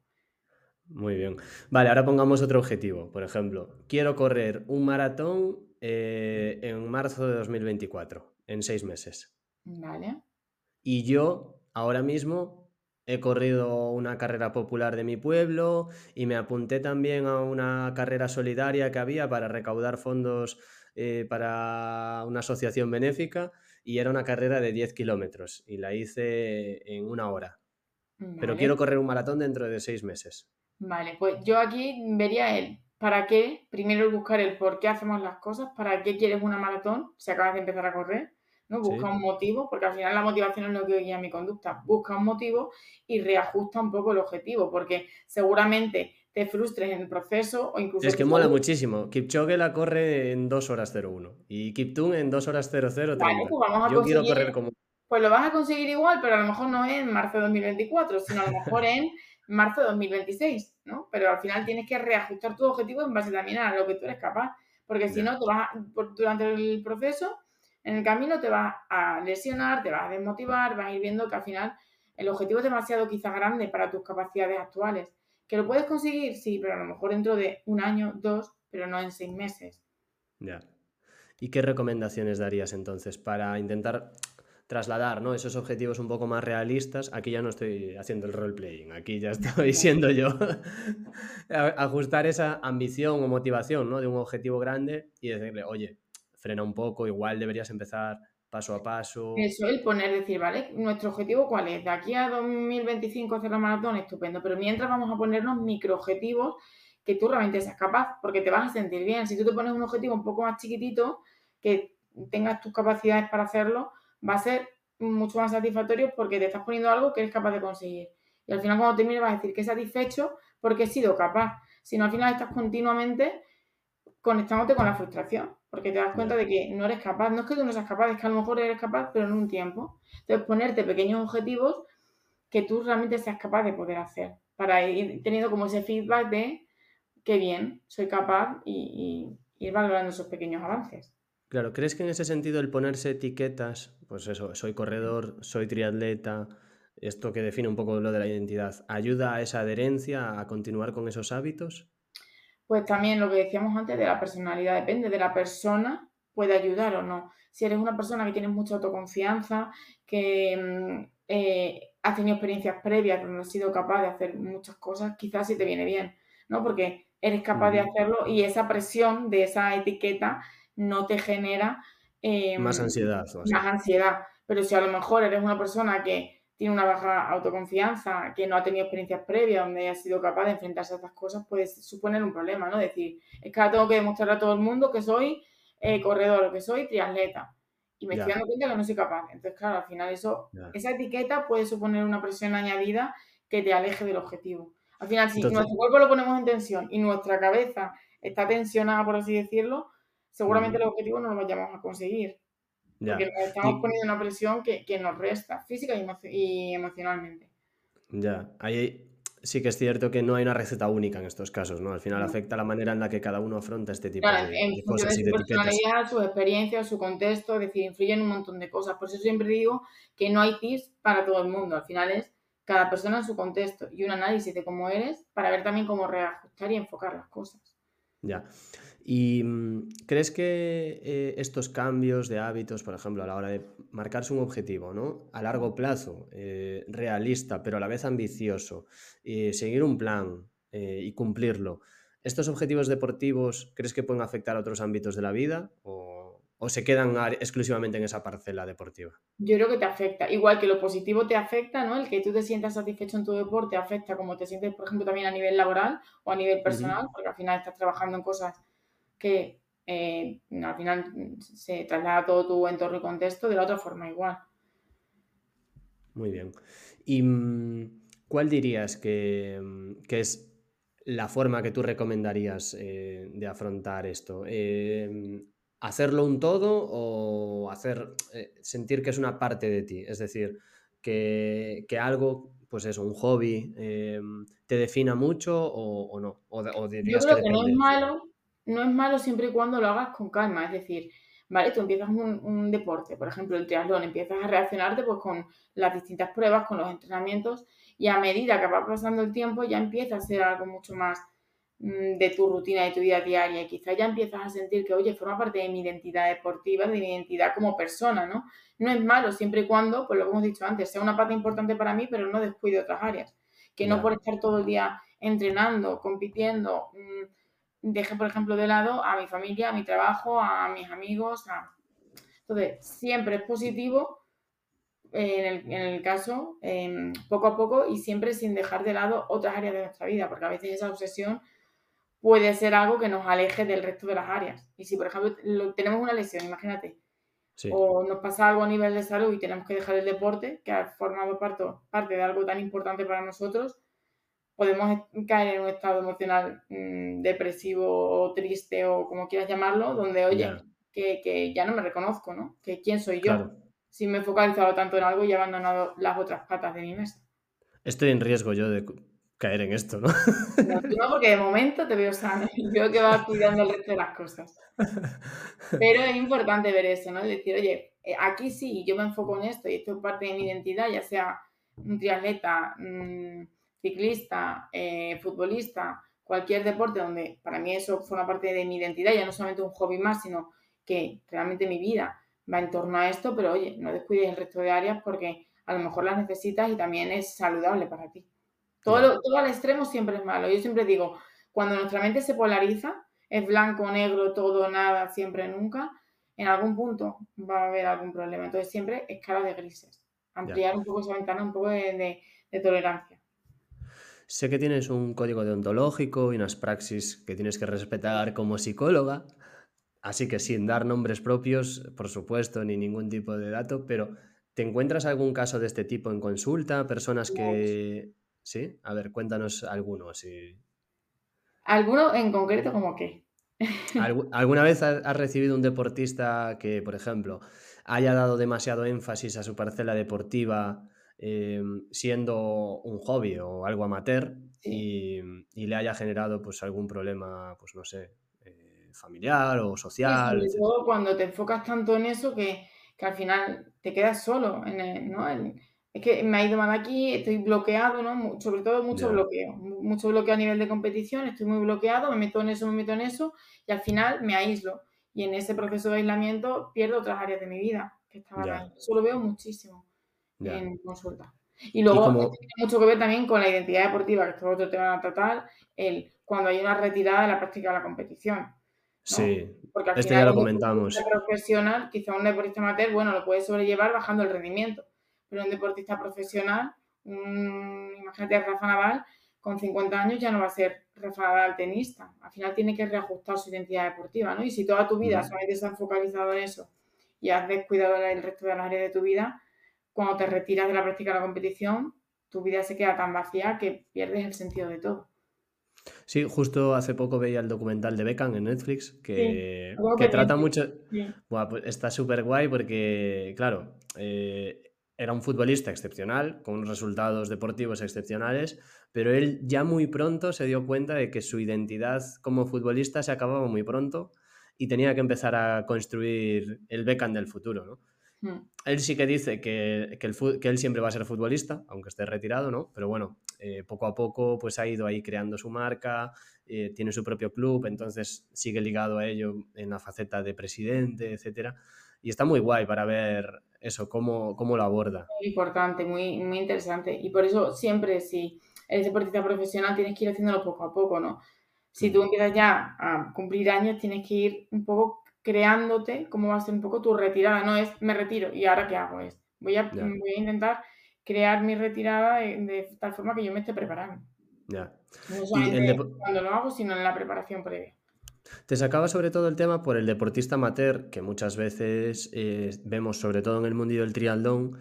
[SPEAKER 3] Muy bien. Vale, ahora pongamos otro objetivo. Por ejemplo, quiero correr un maratón eh, en marzo de dos mil veinticuatro, en seis meses.
[SPEAKER 1] Vale.
[SPEAKER 3] Y yo ahora mismo he corrido una carrera popular de mi pueblo y me apunté también a una carrera solidaria que había para recaudar fondos eh, para una asociación benéfica y era una carrera de diez kilómetros y la hice en una hora. Pero
[SPEAKER 1] Vale.
[SPEAKER 3] quiero correr un maratón dentro de seis meses.
[SPEAKER 1] Vale, pues yo aquí vería el para qué, primero el buscar el por qué hacemos las cosas, para qué quieres una maratón si acabas de empezar a correr, ¿no? Busca un
[SPEAKER 3] ¿Sí?
[SPEAKER 1] motivo, porque al final la motivación es lo que guía mi conducta. Busca un motivo y reajusta un poco el objetivo, porque seguramente te frustres en el proceso o incluso
[SPEAKER 3] Es
[SPEAKER 1] tu
[SPEAKER 3] que mola
[SPEAKER 1] salud.
[SPEAKER 3] muchísimo. Kipchoge la corre en dos horas cero uno y Kiptum en dos horas cero cero
[SPEAKER 1] Vale,
[SPEAKER 3] treinta.
[SPEAKER 1] pues vamos a
[SPEAKER 3] Yo quiero
[SPEAKER 1] conseguir,
[SPEAKER 3] correr como...
[SPEAKER 1] pues lo vas a conseguir igual, pero a lo mejor no es en marzo de dos mil veinticuatro, sino a lo mejor en marzo de dos mil veintiséis, ¿no? Pero al final tienes que reajustar tu objetivo en base también a lo que tú eres capaz, porque si
[SPEAKER 3] Ya,
[SPEAKER 1] no, te vas a- por- durante el proceso, en el camino te vas a lesionar, te vas a desmotivar, vas a ir viendo que al final el objetivo es demasiado quizás grande para tus capacidades actuales. ¿Que lo puedes conseguir? Sí, pero a lo mejor dentro de un año, dos, pero no en seis meses.
[SPEAKER 3] ya. ¿Y qué recomendaciones darías entonces para intentar trasladar, ¿no?, esos objetivos un poco más realistas? Aquí ya no estoy haciendo el role-playing, aquí ya estoy siendo yo. A- Ajustar esa ambición o motivación, ¿no?, de un objetivo grande y decirle, oye, frena un poco, igual deberías empezar paso a paso.
[SPEAKER 1] Eso, el poner, decir, ¿vale? ¿Nuestro objetivo cuál es? De aquí a dos mil veinticinco hacer la maratón, estupendo. Pero mientras vamos a ponernos microobjetivos que tú realmente seas capaz, porque te vas a sentir bien. Si tú te pones un objetivo un poco más chiquitito, que tengas tus capacidades para hacerlo, va a ser mucho más satisfactorio porque te estás poniendo algo que eres capaz de conseguir. Y al final cuando termines vas a decir que satisfecho porque he sido capaz. Si no, al final estás continuamente conectándote con la frustración, porque te das cuenta
[SPEAKER 3] Ya.
[SPEAKER 1] de que no eres capaz. No es que tú no seas capaz, es que a lo mejor eres capaz, pero en un tiempo. Entonces, ponerte pequeños objetivos que tú realmente seas capaz de poder hacer, para ir teniendo como ese feedback de qué bien, soy capaz y, y ir valorando esos pequeños avances.
[SPEAKER 3] Claro, ¿crees que en ese sentido el ponerse etiquetas, pues eso, soy corredor, soy triatleta, esto que define un poco lo de la identidad, ayuda a esa adherencia, a continuar con esos hábitos?
[SPEAKER 1] Pues también lo que decíamos antes de la personalidad, depende de la persona, puede ayudar o no. Si eres una persona que tienes mucha autoconfianza, que mm, eh, has tenido experiencias previas donde has sido capaz de hacer muchas cosas, quizás sí te viene bien, ¿no? Porque eres capaz de
[SPEAKER 3] Ujú.
[SPEAKER 1] hacerlo y esa presión de esa etiqueta no te genera eh,
[SPEAKER 3] Más ansiedad o
[SPEAKER 1] más
[SPEAKER 3] así.
[SPEAKER 1] ansiedad. Pero si a lo mejor eres una persona que tiene una baja autoconfianza, que no ha tenido experiencias previas donde haya sido capaz de enfrentarse a estas cosas, puede suponer un problema, ¿no? Decir, es que ahora tengo que demostrar a todo el mundo que soy eh, corredor, que soy triatleta. Y me estoy
[SPEAKER 3] Ya,
[SPEAKER 1] dando cuenta que no soy capaz. Entonces, claro, al final eso,
[SPEAKER 3] ya.
[SPEAKER 1] esa etiqueta puede suponer una presión añadida que te aleje del objetivo. Al final, si
[SPEAKER 3] Entonces,
[SPEAKER 1] nuestro cuerpo lo ponemos en tensión y nuestra cabeza está tensionada, por así decirlo, seguramente
[SPEAKER 3] ujú,
[SPEAKER 1] los objetivos no los vayamos a conseguir. Porque
[SPEAKER 3] ya.
[SPEAKER 1] nos estamos
[SPEAKER 3] Y
[SPEAKER 1] poniendo una presión que, que nos resta física y, emo- y emocionalmente.
[SPEAKER 3] ya, ahí sí que es cierto que no hay una receta única en estos casos, ¿no? Al final
[SPEAKER 1] No.
[SPEAKER 3] afecta la manera en la que cada uno afronta este tipo
[SPEAKER 1] Claro,
[SPEAKER 3] de,
[SPEAKER 1] en
[SPEAKER 3] de
[SPEAKER 1] función de
[SPEAKER 3] cosas y
[SPEAKER 1] su
[SPEAKER 3] de etiquetas.
[SPEAKER 1] personalidad, sus experiencias, su contexto, es decir, influyen un montón de cosas. Por eso siempre digo que no hay tips para todo el mundo. Al final es cada persona en su contexto y un análisis de cómo eres para ver también cómo reajustar y enfocar las cosas.
[SPEAKER 3] Ya. ¿Y mm, crees que eh, estos cambios de hábitos, por ejemplo, a la hora de marcarse un objetivo, ¿no?, a largo plazo, eh, realista, pero a la vez ambicioso, y seguir un plan eh, y cumplirlo, ¿estos objetivos deportivos crees que pueden afectar a otros ámbitos de la vida? O... o se quedan exclusivamente en esa parcela deportiva?
[SPEAKER 1] Yo creo que te afecta. Igual que lo positivo te afecta, ¿no? El que tú te sientas satisfecho en tu deporte afecta como te sientes, por ejemplo, también a nivel laboral o a nivel personal,
[SPEAKER 3] Ujú.
[SPEAKER 1] porque al final estás trabajando en cosas que eh, al final se traslada todo tu entorno y contexto de la otra forma igual.
[SPEAKER 3] Muy bien. ¿Y mm, cuál dirías que, mm, que es la forma que tú recomendarías eh, de afrontar esto? Eh, ¿hacerlo un todo o hacer eh, sentir que es una parte de ti? Es decir, que, que algo, pues eso, un hobby, eh, te defina mucho o, o no? ¿O, de- o
[SPEAKER 1] Yo
[SPEAKER 3] dirías que
[SPEAKER 1] creo que no es
[SPEAKER 3] depende?
[SPEAKER 1] malo, no es malo siempre y cuando lo hagas con calma. Es decir, vale, tú empiezas un, un deporte, por ejemplo, el triatlón, empiezas a reaccionarte pues con las distintas pruebas, con los entrenamientos, y a medida que va pasando el tiempo ya empieza a ser algo mucho más mm, de tu rutina, de tu vida diaria, y quizás ya empiezas a sentir que, oye, forma parte de mi identidad deportiva, de mi identidad como persona, ¿no? No es malo siempre y cuando, pues lo que hemos dicho antes, sea una parte importante para mí, pero no descuide otras áreas. Que no por
[SPEAKER 3] Ya,
[SPEAKER 1] estar todo el día entrenando, compitiendo, mmm, deje, por ejemplo, de lado a mi familia, a mi trabajo, a mis amigos. A... Entonces, siempre es positivo eh, en, el, en, el, caso, eh, poco a poco y siempre sin dejar de lado otras áreas de nuestra vida, porque a veces esa obsesión puede ser algo que nos aleje del resto de las áreas. Y si, por ejemplo, lo, tenemos una lesión, imagínate,
[SPEAKER 3] sí,
[SPEAKER 1] o nos pasa algo a nivel de salud y tenemos que dejar el deporte, que ha formado parte, parte de algo tan importante para nosotros, podemos caer en un estado emocional mmm, depresivo o triste o como quieras llamarlo, donde, oye,
[SPEAKER 3] ya,
[SPEAKER 1] que, que, ya no me reconozco, ¿no? Que quién soy yo,
[SPEAKER 3] claro.
[SPEAKER 1] si me he focalizado tanto en algo y he abandonado las otras patas de mi mesa.
[SPEAKER 3] Estoy en riesgo yo de cu- caer en esto, ¿no?
[SPEAKER 1] No, tú no, porque de momento te veo sana y veo que vas cuidando el resto de las cosas. Pero es importante ver eso, ¿no? Es decir, oye, eh, aquí sí, yo me enfoco en esto y esto es parte de mi identidad, ya sea un triatleta, mmm, ciclista, eh, futbolista, cualquier deporte donde para mí eso forma parte de mi identidad, ya no solamente un hobby más, sino que realmente mi vida va en torno a esto, pero oye, no descuides el resto de áreas porque a lo mejor las necesitas y también es saludable para ti. Todo,
[SPEAKER 3] Ya.
[SPEAKER 1] lo, todo al extremo siempre es malo. Yo siempre digo, cuando nuestra mente se polariza, es blanco, negro, todo, nada, siempre, nunca, en algún punto va a haber algún problema. Entonces siempre escala de grises.
[SPEAKER 3] Ya.
[SPEAKER 1] Ampliar un poco esa ventana, un poco de, de, de tolerancia.
[SPEAKER 3] Sé que tienes un código deontológico y unas praxis que tienes que respetar como psicóloga, así que sin dar nombres propios, por supuesto, ni ningún tipo de dato, pero ¿te encuentras algún caso de este tipo en consulta? Personas que... Sí, a ver, cuéntanos alguno. Si...
[SPEAKER 1] ¿Alguno en concreto como qué?
[SPEAKER 3] ¿Algu- ¿Alguna vez ha- has recibido un deportista que, por ejemplo, haya dado demasiado énfasis a su parcela deportiva eh, siendo un hobby o algo amateur
[SPEAKER 1] Sí.
[SPEAKER 3] y, y le haya generado pues algún problema, pues no sé, eh, familiar o
[SPEAKER 1] Sí,
[SPEAKER 3] social,
[SPEAKER 1] sobre
[SPEAKER 3] etcétera?
[SPEAKER 1] todo cuando te enfocas tanto en eso que, que al final te quedas solo, en el, ¿no? En- es que me ha ido mal aquí, estoy bloqueado, ¿no? Mu- Sobre todo mucho
[SPEAKER 3] Ya,
[SPEAKER 1] bloqueo, mu- mucho bloqueo a nivel de competición, estoy muy bloqueado, me meto en eso, me meto en eso y al final me aíslo. Y en ese proceso de aislamiento pierdo otras áreas de mi vida que estaban ahí.
[SPEAKER 3] ya,
[SPEAKER 1] Eso lo veo muchísimo
[SPEAKER 3] ya.
[SPEAKER 1] en consulta. Y
[SPEAKER 3] Y
[SPEAKER 1] luego esto
[SPEAKER 3] como,
[SPEAKER 1] tiene mucho que ver también con la identidad deportiva, que esto es otro tema total, el cuando hay una retirada de la práctica de la competición, ¿no?
[SPEAKER 3] sí,
[SPEAKER 1] Porque al
[SPEAKER 3] esto ya
[SPEAKER 1] final
[SPEAKER 3] lo
[SPEAKER 1] un deportista
[SPEAKER 3] comentamos.
[SPEAKER 1] profesional, quizá un deportista amateur, bueno, lo puede sobrellevar bajando el rendimiento, pero un deportista profesional, un, imagínate Rafa Nadal, con cincuenta años ya no va a ser Rafa Nadal tenista. Al final tiene que reajustar su identidad deportiva, ¿no? Y si toda tu vida
[SPEAKER 3] Ujú.
[SPEAKER 1] solamente se ha focalizado en eso y has descuidado el resto de las áreas de tu vida, cuando te retiras de la práctica de la competición, tu vida se queda tan vacía que pierdes el sentido de todo.
[SPEAKER 3] Sí, justo hace poco veía el documental de Beckham en Netflix
[SPEAKER 1] Sí,
[SPEAKER 3] que,
[SPEAKER 1] lo tengo
[SPEAKER 3] que trata
[SPEAKER 1] pendiente.
[SPEAKER 3] mucho...
[SPEAKER 1] Sí,
[SPEAKER 3] Buah, pues está súper guay porque, claro, eh, era un futbolista excepcional, con unos resultados deportivos excepcionales, pero él ya muy pronto se dio cuenta de que su identidad como futbolista se acababa muy pronto y tenía que empezar a construir el Beckham del futuro, ¿no?
[SPEAKER 1] mm,
[SPEAKER 3] Él sí que dice que, que, el, que él siempre va a ser futbolista, aunque esté retirado, ¿no? Pero bueno, eh, poco a poco pues ha ido ahí creando su marca, eh, tiene su propio club, entonces sigue ligado a ello en la faceta de presidente, etcétera. Y está muy guay para ver eso, cómo, cómo lo aborda.
[SPEAKER 1] muy importante, muy, muy interesante. Y por eso siempre, si eres deportista profesional, tienes que ir haciéndolo poco a poco, ¿no? Si tú
[SPEAKER 3] Mm.
[SPEAKER 1] empiezas ya a cumplir años, tienes que ir un poco creándote cómo va a ser un poco tu retirada. No es me retiro y ahora qué hago, es voy a,
[SPEAKER 3] Ya.
[SPEAKER 1] voy a intentar crear mi retirada de, de tal forma que yo me esté preparando.
[SPEAKER 3] Ya.
[SPEAKER 1] No
[SPEAKER 3] Y el
[SPEAKER 1] solamente
[SPEAKER 3] depo-
[SPEAKER 1] cuando lo hago, sino en la preparación previa.
[SPEAKER 3] Te sacaba sobre todo el tema por el deportista amateur, que muchas veces eh, vemos, sobre todo en el mundillo del triatlón,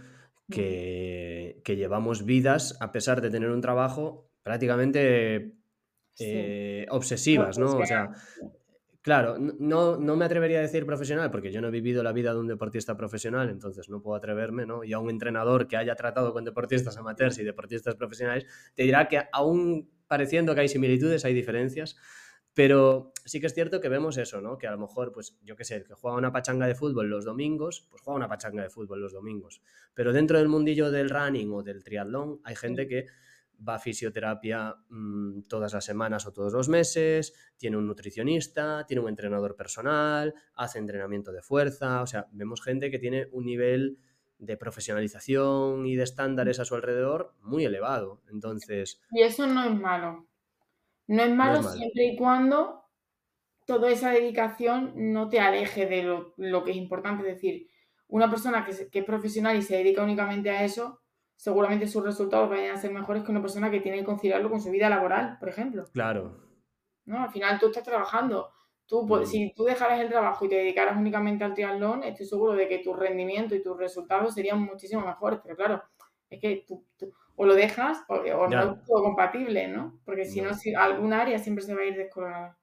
[SPEAKER 3] que, que llevamos vidas, a pesar de tener un trabajo, prácticamente
[SPEAKER 1] Sí,
[SPEAKER 3] eh, obsesivas, ¿no? O sea,
[SPEAKER 1] profesional.
[SPEAKER 3] claro, no, no me atrevería a decir profesional, porque yo no he vivido la vida de un deportista profesional, entonces no puedo atreverme, ¿no? Y a un entrenador que haya tratado con deportistas amateurs y deportistas profesionales, te dirá que aún pareciendo que hay similitudes, hay diferencias. Pero sí que es cierto que vemos eso, ¿no? Que a lo mejor, pues yo qué sé, el que juega una pachanga de fútbol los domingos, pues juega una pachanga de fútbol los domingos. Pero dentro del mundillo del running o del triatlón hay gente
[SPEAKER 1] Sí.
[SPEAKER 3] que va a fisioterapia mmm, todas las semanas o todos los meses, tiene un nutricionista, tiene un entrenador personal, hace entrenamiento de fuerza, o sea, vemos gente que tiene un nivel de profesionalización y de estándares a su alrededor muy elevado. Entonces,
[SPEAKER 1] Y eso no es malo. No es
[SPEAKER 3] no es
[SPEAKER 1] malo
[SPEAKER 3] malo.
[SPEAKER 1] siempre y cuando toda esa dedicación no te aleje de lo, lo que es importante. Es decir, una persona que, se, que es profesional y se dedica únicamente a eso, seguramente sus resultados vayan a ser mejores que una persona que tiene que conciliarlo con su vida laboral, por ejemplo.
[SPEAKER 3] Claro.
[SPEAKER 1] ¿No? Al final tú estás trabajando. Tú, pues,
[SPEAKER 3] Mm.
[SPEAKER 1] si tú dejaras el trabajo y te dedicaras únicamente al triatlón, estoy seguro de que tu rendimiento y tus resultados serían muchísimo mejores. Pero claro, es que tú, tú o lo dejas o, o no es
[SPEAKER 3] Ya.
[SPEAKER 1] todo compatible, ¿no? Porque si no,
[SPEAKER 3] No.
[SPEAKER 1] si alguna área siempre se va a ir descolgada.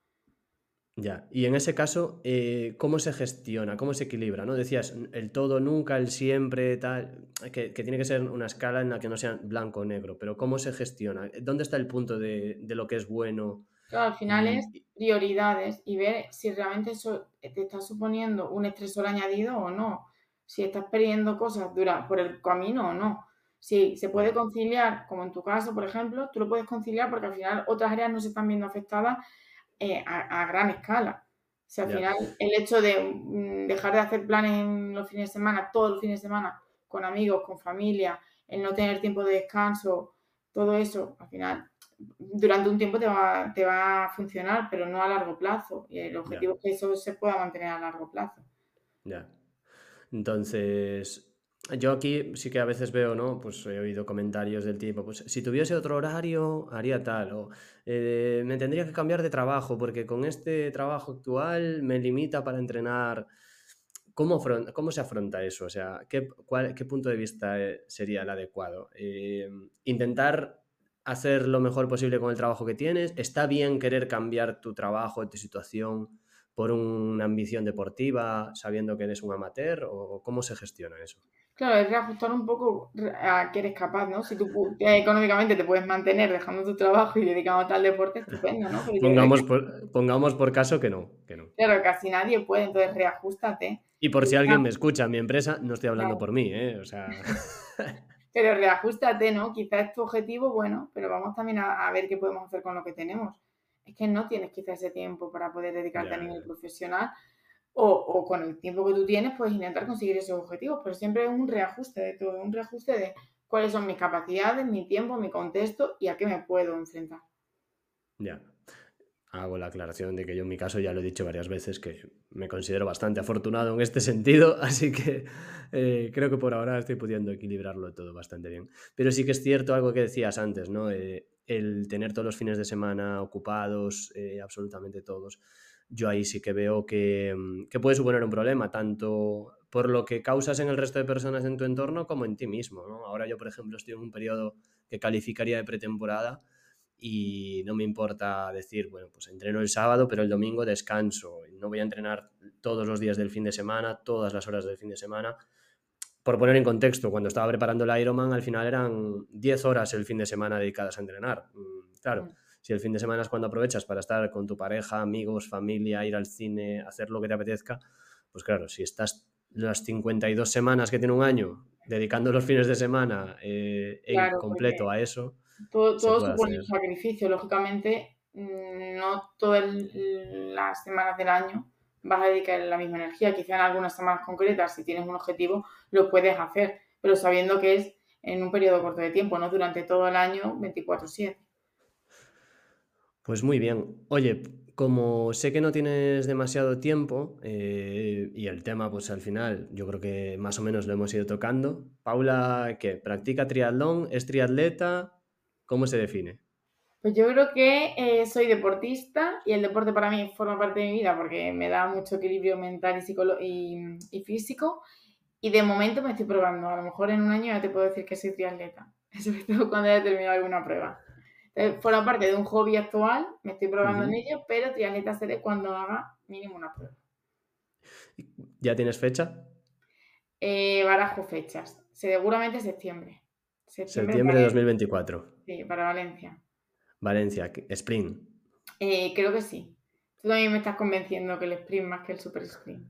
[SPEAKER 3] Ya, y en ese caso, eh, ¿cómo se gestiona? ¿Cómo se equilibra? ¿No? Decías el todo, nunca, el siempre, tal, que, que tiene que ser una escala en la que no sea blanco o negro, pero ¿cómo se gestiona? ¿Dónde está el punto de, de lo que es bueno?
[SPEAKER 1] Claro, al final es
[SPEAKER 3] Y,
[SPEAKER 1] prioridades y ver si realmente eso te está suponiendo un estresor añadido o no. Si estás perdiendo cosas dura, por el camino o no. Si se puede
[SPEAKER 3] ya,
[SPEAKER 1] conciliar, como en tu caso, por ejemplo, tú lo puedes conciliar porque al final otras áreas no se están viendo afectadas eh, a, a gran escala. O sea, al
[SPEAKER 3] ya,
[SPEAKER 1] final el hecho de mm, dejar de hacer planes en los fines de semana, todos los fines de semana, con amigos, con familia, el no tener tiempo de descanso, todo eso, al final durante un tiempo te va, te va a funcionar, pero no a largo plazo. Y el
[SPEAKER 3] ya,
[SPEAKER 1] objetivo es que eso se pueda mantener a largo plazo.
[SPEAKER 3] ya. Entonces, yo aquí sí que a veces veo, ¿no? Pues he oído comentarios del tipo, pues si tuviese otro horario, haría tal, o eh, me tendría que cambiar de trabajo porque con este trabajo actual me limita para entrenar. ¿Cómo, afron- cómo se afronta eso? O sea, ¿qué, cuál- qué punto de vista eh, sería el adecuado? Eh, intentar hacer lo mejor posible con el trabajo que tienes. ¿Está bien querer cambiar tu trabajo, tu situación por una ambición deportiva, sabiendo que eres un amateur? ¿O cómo se gestiona eso?
[SPEAKER 1] Claro, es reajustar un poco a que eres capaz, ¿no? Si tú pu- eh, económicamente te puedes mantener dejando tu trabajo y dedicándote al deporte, estupendo, ¿no? Pero yo creo
[SPEAKER 3] Pongamos
[SPEAKER 1] que,
[SPEAKER 3] por, pongamos por caso que no, que no.
[SPEAKER 1] claro, casi nadie puede, entonces reajustate.
[SPEAKER 3] Y por
[SPEAKER 1] Y
[SPEAKER 3] si
[SPEAKER 1] deja-
[SPEAKER 3] alguien me escucha en mi empresa, no estoy hablando
[SPEAKER 1] claro,
[SPEAKER 3] por mí, ¿eh? O sea,
[SPEAKER 1] pero reajustate, ¿no? Quizás es tu objetivo, bueno, pero vamos también a, a ver qué podemos hacer con lo que tenemos. Es que no tienes quizás ese tiempo para poder dedicarte a
[SPEAKER 3] ya,
[SPEAKER 1] nivel
[SPEAKER 3] ya,
[SPEAKER 1] profesional. O, o con el tiempo que tú tienes, puedes intentar conseguir esos objetivos, pero siempre es un reajuste de todo, un reajuste de cuáles son mis capacidades, mi tiempo, mi contexto y a qué me puedo enfrentar.
[SPEAKER 3] ya. Hago la aclaración de que yo en mi caso ya lo he dicho varias veces que me considero bastante afortunado en este sentido, así que eh, creo que por ahora estoy pudiendo equilibrarlo todo bastante bien. Pero sí que es cierto algo que decías antes, ¿no? Eh, el tener todos los fines de semana ocupados, eh, absolutamente todos, yo ahí sí que veo que, mm, que puede suponer un problema, tanto por lo que causas en el resto de personas en tu entorno como en ti mismo, ¿no? Ahora yo, por ejemplo, estoy en un periodo que calificaría de pretemporada y no me importa decir, bueno, pues entreno el sábado, pero el domingo descanso. No voy a entrenar todos los días del fin de semana, todas las horas del fin de semana. Por poner en contexto, cuando estaba preparando el Ironman, al final eran diez horas el fin de semana dedicadas a entrenar. Claro,
[SPEAKER 1] Mm.
[SPEAKER 3] si el fin de semana es cuando aprovechas para estar con tu pareja, amigos, familia, ir al cine, hacer lo que te apetezca, pues claro, si estás las cincuenta y dos semanas que tiene un año dedicando los fines de semana eh, en
[SPEAKER 1] Claro, porque
[SPEAKER 3] completo a eso,
[SPEAKER 1] todo,
[SPEAKER 3] se
[SPEAKER 1] todo
[SPEAKER 3] puede
[SPEAKER 1] supone
[SPEAKER 3] hacer.
[SPEAKER 1] un sacrificio. Lógicamente, mm, no todas las semanas del año vas a dedicar la misma energía. Quizá en algunas semanas concretas, si tienes un objetivo, lo puedes hacer, pero sabiendo que es en un periodo corto de tiempo, no durante todo el año veinticuatro siete.
[SPEAKER 3] Pues muy bien. Oye, como sé que no tienes demasiado tiempo eh, y el tema, pues al final, yo creo que más o menos lo hemos ido tocando. Paula, ¿qué? ¿Practica triatlón? ¿Es triatleta? ¿Cómo se define?
[SPEAKER 1] Pues yo creo que eh, soy deportista y el deporte para mí forma parte de mi vida porque me da mucho equilibrio mental y, psicolo- y, y físico. Y de momento me estoy probando. A lo mejor en un año ya te puedo decir que soy triatleta. Sobre todo cuando haya terminado alguna prueba. Entonces, forma parte de un hobby actual, me estoy probando en
[SPEAKER 3] Ujú.
[SPEAKER 1] ello, pero triatleta seré cuando haga mínimo una prueba.
[SPEAKER 3] ¿Ya tienes fecha?
[SPEAKER 1] Eh, barajo fechas. Seguramente septiembre. Septiembre
[SPEAKER 3] Septiembre de
[SPEAKER 1] para,
[SPEAKER 3] dos mil veinticuatro.
[SPEAKER 1] sí, para Valencia.
[SPEAKER 3] Valencia, ¿qué- sprint.
[SPEAKER 1] Eh, creo que sí. Tú también me estás convenciendo que el sprint más que el super sprint.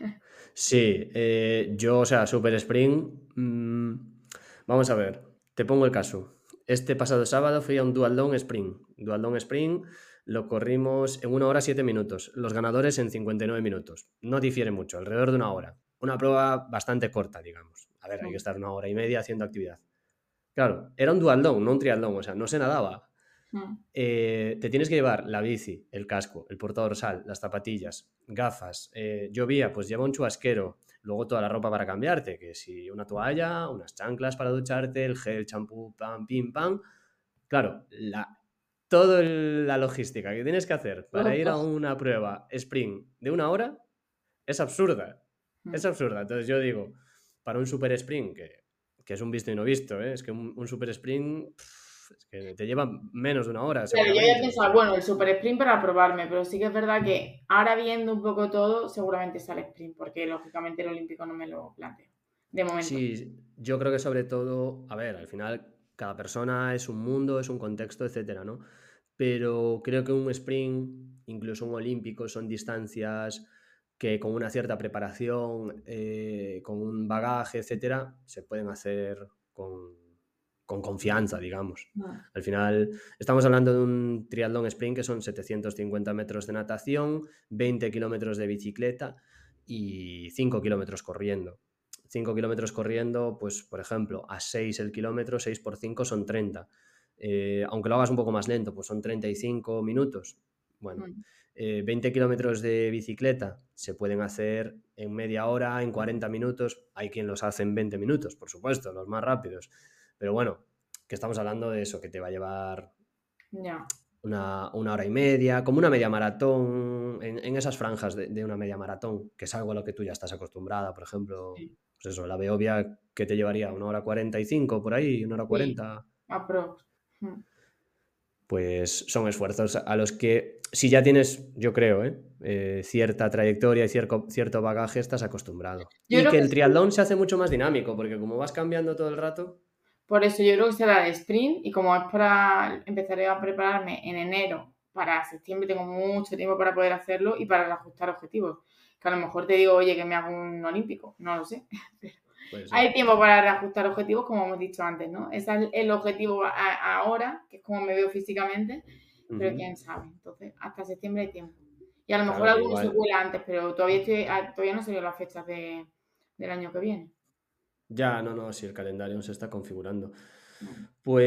[SPEAKER 3] Sí, eh, yo, o sea, Super Sprint. mm, vamos a ver, te pongo el caso. Este pasado sábado fui a un Dualdón Sprint. Dualdón Sprint lo corrimos en una hora siete minutos. Los ganadores en cincuenta y nueve minutos. No difiere mucho, alrededor de una hora. Una prueba bastante corta, digamos. A ver, hay que
[SPEAKER 1] Mm,
[SPEAKER 3] estar una hora y media haciendo actividad. Claro, era un Dualdón, no un triatlón, o sea, no se nadaba.
[SPEAKER 1] mm.
[SPEAKER 3] Eh, te tienes que llevar la bici, el casco, el portadorsal, las zapatillas, gafas. Eh, llovía, pues lleva un chubasquero. Luego toda la ropa para cambiarte, que si una toalla, unas chanclas para ducharte, el gel, champú, pam, pim, pam. Claro, la, toda la logística que tienes que hacer para ir a una prueba sprint de una hora es absurda. Es
[SPEAKER 1] Mm.
[SPEAKER 3] absurda. Entonces yo digo, para un super sprint, que, que es un visto y no visto, ¿eh? Es que un, un super sprint pff, es que te lleva menos de una hora
[SPEAKER 1] Claro, yo había
[SPEAKER 3] seguramente. O
[SPEAKER 1] pensado,
[SPEAKER 3] sea,
[SPEAKER 1] bueno, el super sprint para probarme, pero sí que es verdad que ahora viendo un poco todo, seguramente sale sprint, porque lógicamente el olímpico no me lo planteo, de momento.
[SPEAKER 3] sí, yo creo que sobre todo, a ver, al final cada persona es un mundo, es un contexto, etcétera, ¿no? Pero creo que un sprint, incluso un olímpico, son distancias que con una cierta preparación, eh, con un bagaje, etcétera, se pueden hacer con, con confianza, digamos.
[SPEAKER 1] Mm.
[SPEAKER 3] Al final, estamos hablando de un triatlón sprint que son setecientos cincuenta metros de natación, veinte kilómetros de bicicleta y cinco kilómetros corriendo. cinco kilómetros corriendo, pues por ejemplo, a seis el kilómetro, seis por cinco son treinta. Eh, aunque lo hagas un poco más lento, pues son treinta y cinco minutos. Bueno,
[SPEAKER 1] Mm.
[SPEAKER 3] eh, veinte kilómetros de bicicleta se pueden hacer en media hora, en cuarenta minutos. Hay quien los hace en veinte minutos, por supuesto, los más rápidos. Pero bueno, que estamos hablando de eso, que te va a llevar
[SPEAKER 1] Ya.
[SPEAKER 3] una, una hora y media, como una media maratón, en, en esas franjas de, de una media maratón, que es algo a lo que tú ya estás acostumbrada, por ejemplo,
[SPEAKER 1] Sí.
[SPEAKER 3] pues eso, la Beovia que te llevaría una hora cuarenta y cinco por ahí, una hora
[SPEAKER 1] Sí.
[SPEAKER 3] cuarenta,
[SPEAKER 1] Aprox. Mm.
[SPEAKER 3] pues son esfuerzos a los que, si ya tienes, yo creo, ¿eh? Eh, cierta trayectoria y cierto, cierto bagaje, estás acostumbrado.
[SPEAKER 1] Yo
[SPEAKER 3] Y
[SPEAKER 1] creo
[SPEAKER 3] que
[SPEAKER 1] que
[SPEAKER 3] el
[SPEAKER 1] sí.
[SPEAKER 3] triatlón se hace mucho más dinámico, porque como vas cambiando todo el rato.
[SPEAKER 1] Por eso yo creo que será de sprint y como es para, empezaré a prepararme en enero, para septiembre tengo mucho tiempo para poder hacerlo y para ajustar objetivos. Que a lo mejor te digo, oye, que me hago un olímpico, no lo sé. Pero
[SPEAKER 3] Puede ser.
[SPEAKER 1] hay tiempo para reajustar objetivos, como hemos dicho antes, ¿no? Ese es el objetivo a- ahora, que es como me veo físicamente, pero
[SPEAKER 3] Ujú.
[SPEAKER 1] quién sabe. Entonces, hasta septiembre hay tiempo. Y a lo mejor
[SPEAKER 3] Claro que
[SPEAKER 1] alguno se
[SPEAKER 3] igual.
[SPEAKER 1] cuela antes, pero todavía, estoy, ah, todavía no sé las fechas de, del año que viene.
[SPEAKER 3] Ya, no, no, si el calendario se está configurando.
[SPEAKER 1] Mm.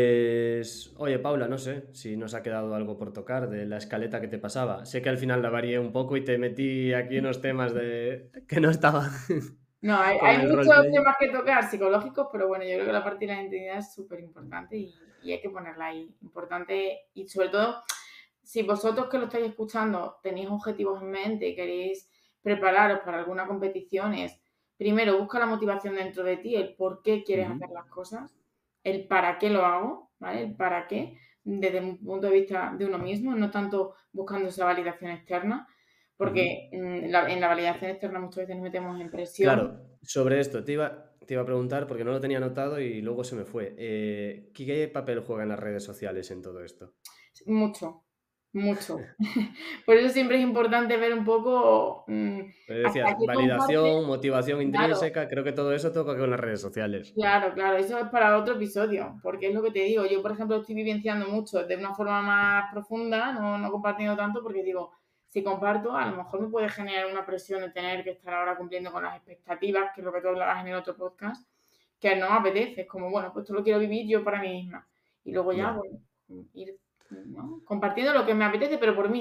[SPEAKER 3] Pues, oye, Paula, no sé si nos ha quedado algo por tocar de la escaleta que te pasaba. Sé que al final la varié un poco y te metí aquí unos temas de que no estaba
[SPEAKER 1] No, hay,
[SPEAKER 3] con
[SPEAKER 1] hay
[SPEAKER 3] el
[SPEAKER 1] muchos
[SPEAKER 3] roleplay.
[SPEAKER 1] temas que tocar psicológicos, pero bueno, yo creo que la parte de la identidad es súper importante y, y hay que ponerla ahí. Importante y sobre todo, si vosotros que lo estáis escuchando tenéis objetivos en mente y queréis prepararos para alguna competición, es primero busca la motivación dentro de ti, el por qué quieres
[SPEAKER 3] Ujú.
[SPEAKER 1] hacer las cosas, el para qué lo hago, ¿vale? El para qué, desde un punto de vista de uno mismo, no tanto buscando esa validación externa,
[SPEAKER 3] Ujú.
[SPEAKER 1] porque mm, la- en la validación externa muchas veces nos metemos en presión.
[SPEAKER 3] Claro, sobre esto te iba, te iba a preguntar porque no lo tenía anotado y luego se me fue. Eh, ¿qué papel juegan las redes sociales en todo esto?
[SPEAKER 1] Mucho, mucho. Por eso siempre es importante ver un poco mm,
[SPEAKER 3] Me
[SPEAKER 1] hasta
[SPEAKER 3] decías,
[SPEAKER 1] qué comparte.
[SPEAKER 3] validación, motivación
[SPEAKER 1] Claro,
[SPEAKER 3] intrínseca, creo que todo eso toca con las redes sociales.
[SPEAKER 1] claro, claro. Eso es para otro episodio, porque es lo que te digo. Yo, por ejemplo, estoy vivenciando mucho de una forma más profunda, no, no compartiendo tanto, porque digo, si comparto, a lo mejor me puede generar una presión de tener que estar ahora cumpliendo con las expectativas, que es lo que tú hablabas en el otro podcast, que no me apetece. Es como, bueno, pues esto lo quiero vivir yo para mí misma. Y luego ya,
[SPEAKER 3] Ya.
[SPEAKER 1] bueno, ir, ¿no? Compartiendo lo que me apetece, pero por mí,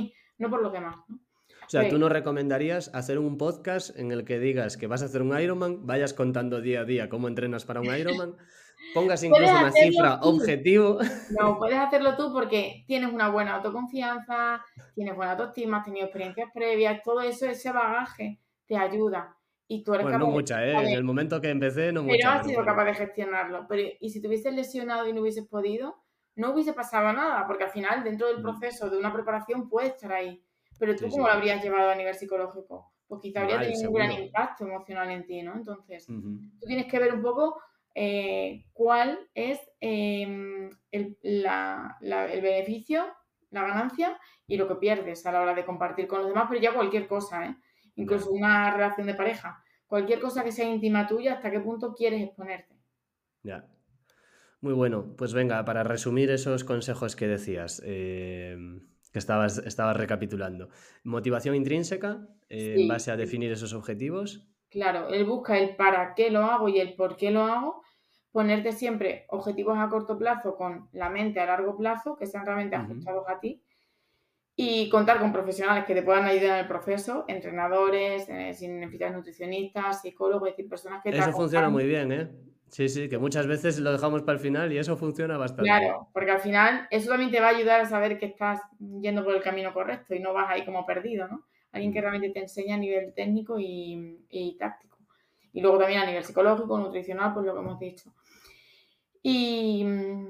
[SPEAKER 1] no por los demás, ¿no?
[SPEAKER 3] O sea, ¿tú nos recomendarías hacer un podcast en el que digas que vas a hacer un Ironman, vayas contando día a día cómo entrenas para un Ironman, pongas incluso una cifra
[SPEAKER 1] tú.
[SPEAKER 3] objetivo?
[SPEAKER 1] No, puedes hacerlo tú porque tienes una buena autoconfianza, tienes buena autoestima, has tenido experiencias previas, todo eso, ese bagaje te ayuda. Y tú eres
[SPEAKER 3] Bueno,
[SPEAKER 1] capaz
[SPEAKER 3] no mucha, ¿eh?
[SPEAKER 1] de...
[SPEAKER 3] En el momento que empecé, no mucha.
[SPEAKER 1] Pero has
[SPEAKER 3] pero
[SPEAKER 1] sido
[SPEAKER 3] bueno.
[SPEAKER 1] capaz de gestionarlo. Pero, y si te hubieses lesionado y no hubieses podido, no hubiese pasado nada, porque al final, dentro del proceso de una preparación, puedes estar ahí. Pero tú,
[SPEAKER 3] Sí,
[SPEAKER 1] ¿cómo
[SPEAKER 3] sí.
[SPEAKER 1] lo habrías llevado a nivel psicológico? Pues quizá habría
[SPEAKER 3] Mal,
[SPEAKER 1] tenido un
[SPEAKER 3] seguro.
[SPEAKER 1] gran impacto emocional en ti, ¿no? Entonces,
[SPEAKER 3] Ujú.
[SPEAKER 1] tú tienes que ver un poco eh, cuál es eh, el, la, la, el beneficio, la ganancia y lo que pierdes a la hora de compartir con los demás, pero ya cualquier cosa, ¿eh? Incluso
[SPEAKER 3] Ya.
[SPEAKER 1] una relación de pareja. Cualquier cosa que sea íntima tuya, ¿hasta qué punto quieres exponerte?
[SPEAKER 3] Ya. Muy bueno. Pues venga, para resumir esos consejos que decías, eh, que estabas, estabas recapitulando. Motivación intrínseca, eh,
[SPEAKER 1] Sí,
[SPEAKER 3] en base a
[SPEAKER 1] sí.
[SPEAKER 3] definir esos objetivos.
[SPEAKER 1] Claro, él busca el para qué lo hago y el por qué lo hago. Ponerte siempre objetivos a corto plazo con la mente a largo plazo, que sean realmente
[SPEAKER 3] Ujú.
[SPEAKER 1] ajustados a ti. Y contar con profesionales que te puedan ayudar en el proceso, entrenadores, eh, si necesitas nutricionistas, psicólogos, es decir, personas que te
[SPEAKER 3] Eso funciona
[SPEAKER 1] acompañen.
[SPEAKER 3] muy bien, ¿eh? Sí, sí, que muchas veces lo dejamos para el final y eso funciona bastante.
[SPEAKER 1] Claro, porque al final eso también te va a ayudar a saber que estás yendo por el camino correcto y no vas ahí como perdido, ¿no? Alguien que
[SPEAKER 3] Mm.
[SPEAKER 1] realmente te enseña a nivel técnico y, y táctico. Y luego también a nivel psicológico, nutricional, pues lo que hemos dicho. Y,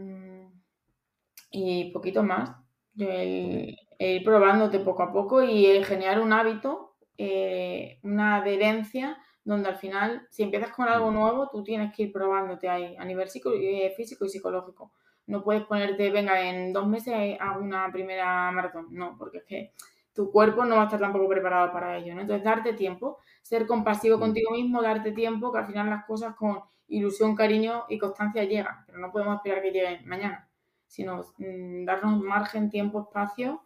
[SPEAKER 1] y poquito más. El, el ir probándote poco a poco y el generar un hábito, eh, una adherencia, donde al final, si empiezas con algo
[SPEAKER 3] Mm.
[SPEAKER 1] nuevo, tú tienes que ir probándote ahí, a nivel psico, eh, físico y psicológico. No puedes ponerte, venga, en dos meses hago una primera maratón. No, porque es que tu cuerpo no va a estar tampoco preparado para ello, ¿no? Entonces, darte tiempo, ser compasivo
[SPEAKER 3] Mm.
[SPEAKER 1] contigo mismo, darte tiempo, que al final las cosas con ilusión, cariño y constancia llegan, pero no podemos esperar que lleguen mañana, sino mmm, darnos margen, tiempo, espacio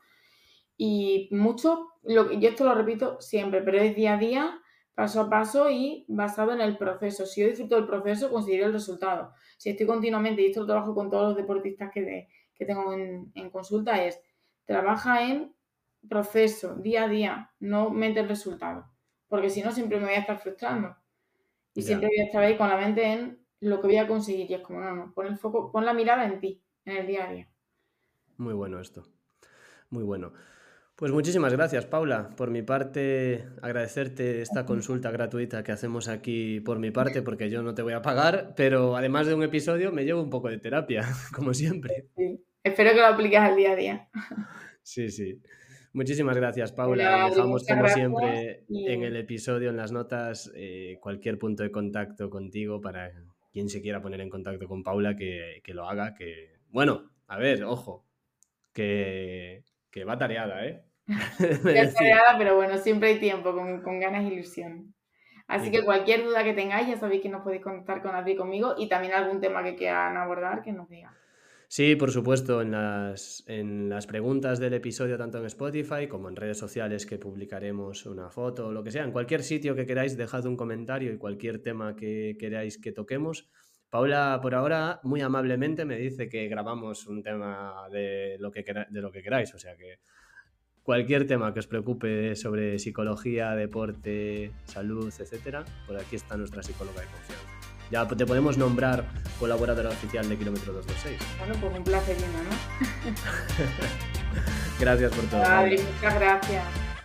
[SPEAKER 1] y mucho, lo, yo esto lo repito siempre, pero es día a día, paso a paso y basado en el proceso. Si yo disfruto del proceso, conseguiré el resultado. Si estoy continuamente, y esto lo trabajo con todos los deportistas que, de, que tengo en, en consulta, es trabaja en proceso, día a día, no mente el resultado, porque si no siempre me voy a estar frustrando y
[SPEAKER 3] Ya.
[SPEAKER 1] siempre voy a estar ahí con la mente en lo que voy a conseguir y es como, no, no, pon el foco, pon la mirada en ti, en el día a día.
[SPEAKER 3] Muy bueno esto. Muy bueno. Pues muchísimas gracias, Paula. Por mi parte, agradecerte esta consulta gratuita que hacemos aquí por mi parte, porque yo no te voy a pagar, pero además de un episodio me llevo un poco de terapia, como siempre.
[SPEAKER 1] Sí. Espero que lo apliques al día a día.
[SPEAKER 3] Sí, sí. Muchísimas gracias, Paula.
[SPEAKER 1] Nada, Adri,
[SPEAKER 3] Dejamos,
[SPEAKER 1] muchas
[SPEAKER 3] como
[SPEAKER 1] gracias
[SPEAKER 3] siempre,
[SPEAKER 1] y-
[SPEAKER 3] en el episodio, en las notas, eh, cualquier punto de contacto contigo para quien se quiera poner en contacto con Paula, que, que lo haga. Que Bueno, a ver, ojo, que, que va tareada, ¿eh? Me
[SPEAKER 1] Ya
[SPEAKER 3] decía.
[SPEAKER 1] tareada, pero bueno, siempre hay tiempo, con, con ganas e ilusión. Así
[SPEAKER 3] Y-
[SPEAKER 1] que cualquier duda que tengáis, ya sabéis que nos podéis contactar con Adri y conmigo y también algún tema que quieran abordar, que nos digan.
[SPEAKER 3] Sí, por supuesto, en las, en las preguntas del episodio, tanto en Spotify como en redes sociales, que publicaremos una foto o lo que sea, en cualquier sitio que queráis, dejad un comentario y cualquier tema que queráis que toquemos. Paula, por ahora, muy amablemente me dice que grabamos un tema de lo que, quera- de lo que queráis, o sea que cualquier tema que os preocupe sobre psicología, deporte, salud, etcétera, por aquí está nuestra psicóloga de confianza. Ya te podemos nombrar colaboradora oficial de Kilómetro doscientos veintiséis.
[SPEAKER 1] Bueno, pues un placer, ¿no?
[SPEAKER 3] Gracias por todo.
[SPEAKER 1] Adri,
[SPEAKER 3] Paula.
[SPEAKER 1] muchas gracias.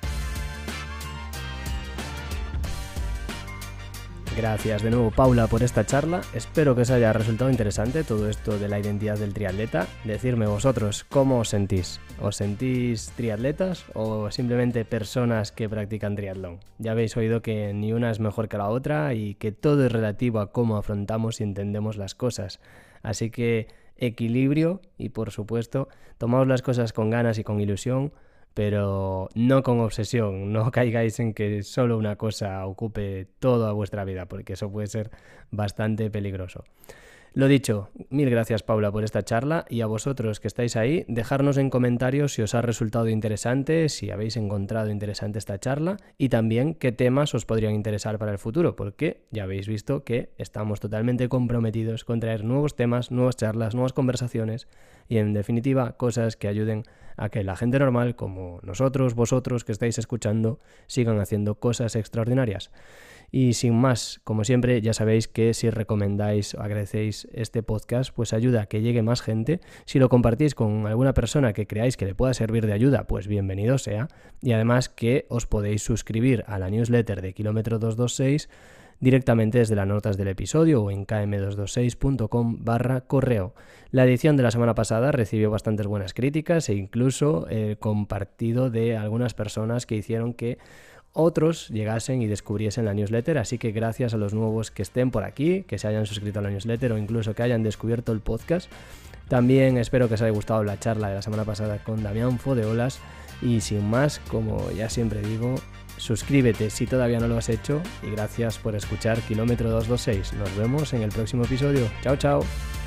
[SPEAKER 3] Gracias de nuevo, Paula, por esta charla. Espero que os haya resultado interesante todo esto de la identidad del triatleta. Decidme vosotros, ¿cómo os sentís? ¿Os sentís triatletas o simplemente personas que practican triatlón? Ya habéis oído que ni una es mejor que la otra y que todo es relativo a cómo afrontamos y entendemos las cosas. Así que equilibrio y, por supuesto, tomaos las cosas con ganas y con ilusión, pero no con obsesión. No caigáis en que solo una cosa ocupe toda vuestra vida, porque eso puede ser bastante peligroso. Lo dicho, mil gracias, Paula, por esta charla, y a vosotros que estáis ahí, dejarnos en comentarios si os ha resultado interesante, si habéis encontrado interesante esta charla y también qué temas os podrían interesar para el futuro, porque ya habéis visto que estamos totalmente comprometidos con traer nuevos temas, nuevas charlas, nuevas conversaciones y en definitiva cosas que ayuden a que la gente normal, como nosotros, vosotros que estáis escuchando, sigan haciendo cosas extraordinarias. Y sin más, como siempre, ya sabéis que si recomendáis o agradecéis este podcast, pues ayuda a que llegue más gente. Si lo compartís con alguna persona que creáis que le pueda servir de ayuda, pues bienvenido sea. Y además que os podéis suscribir a la newsletter de Kilómetro doscientos veintiséis directamente desde las notas del episodio o en k m doscientos veintiséis punto com barra correo. La edición de la semana pasada recibió bastantes buenas críticas e incluso el compartido de algunas personas que hicieron que otros llegasen y descubriesen la newsletter, así que gracias a los nuevos que estén por aquí, que se hayan suscrito a la newsletter o incluso que hayan descubierto el podcast. También espero que os haya gustado la charla de la semana pasada con Damián Fodeolas y sin más, como ya siempre digo, suscríbete si todavía no lo has hecho y gracias por escuchar Kilómetro doscientos veintiséis. Nos vemos en el próximo episodio. Chao, chao.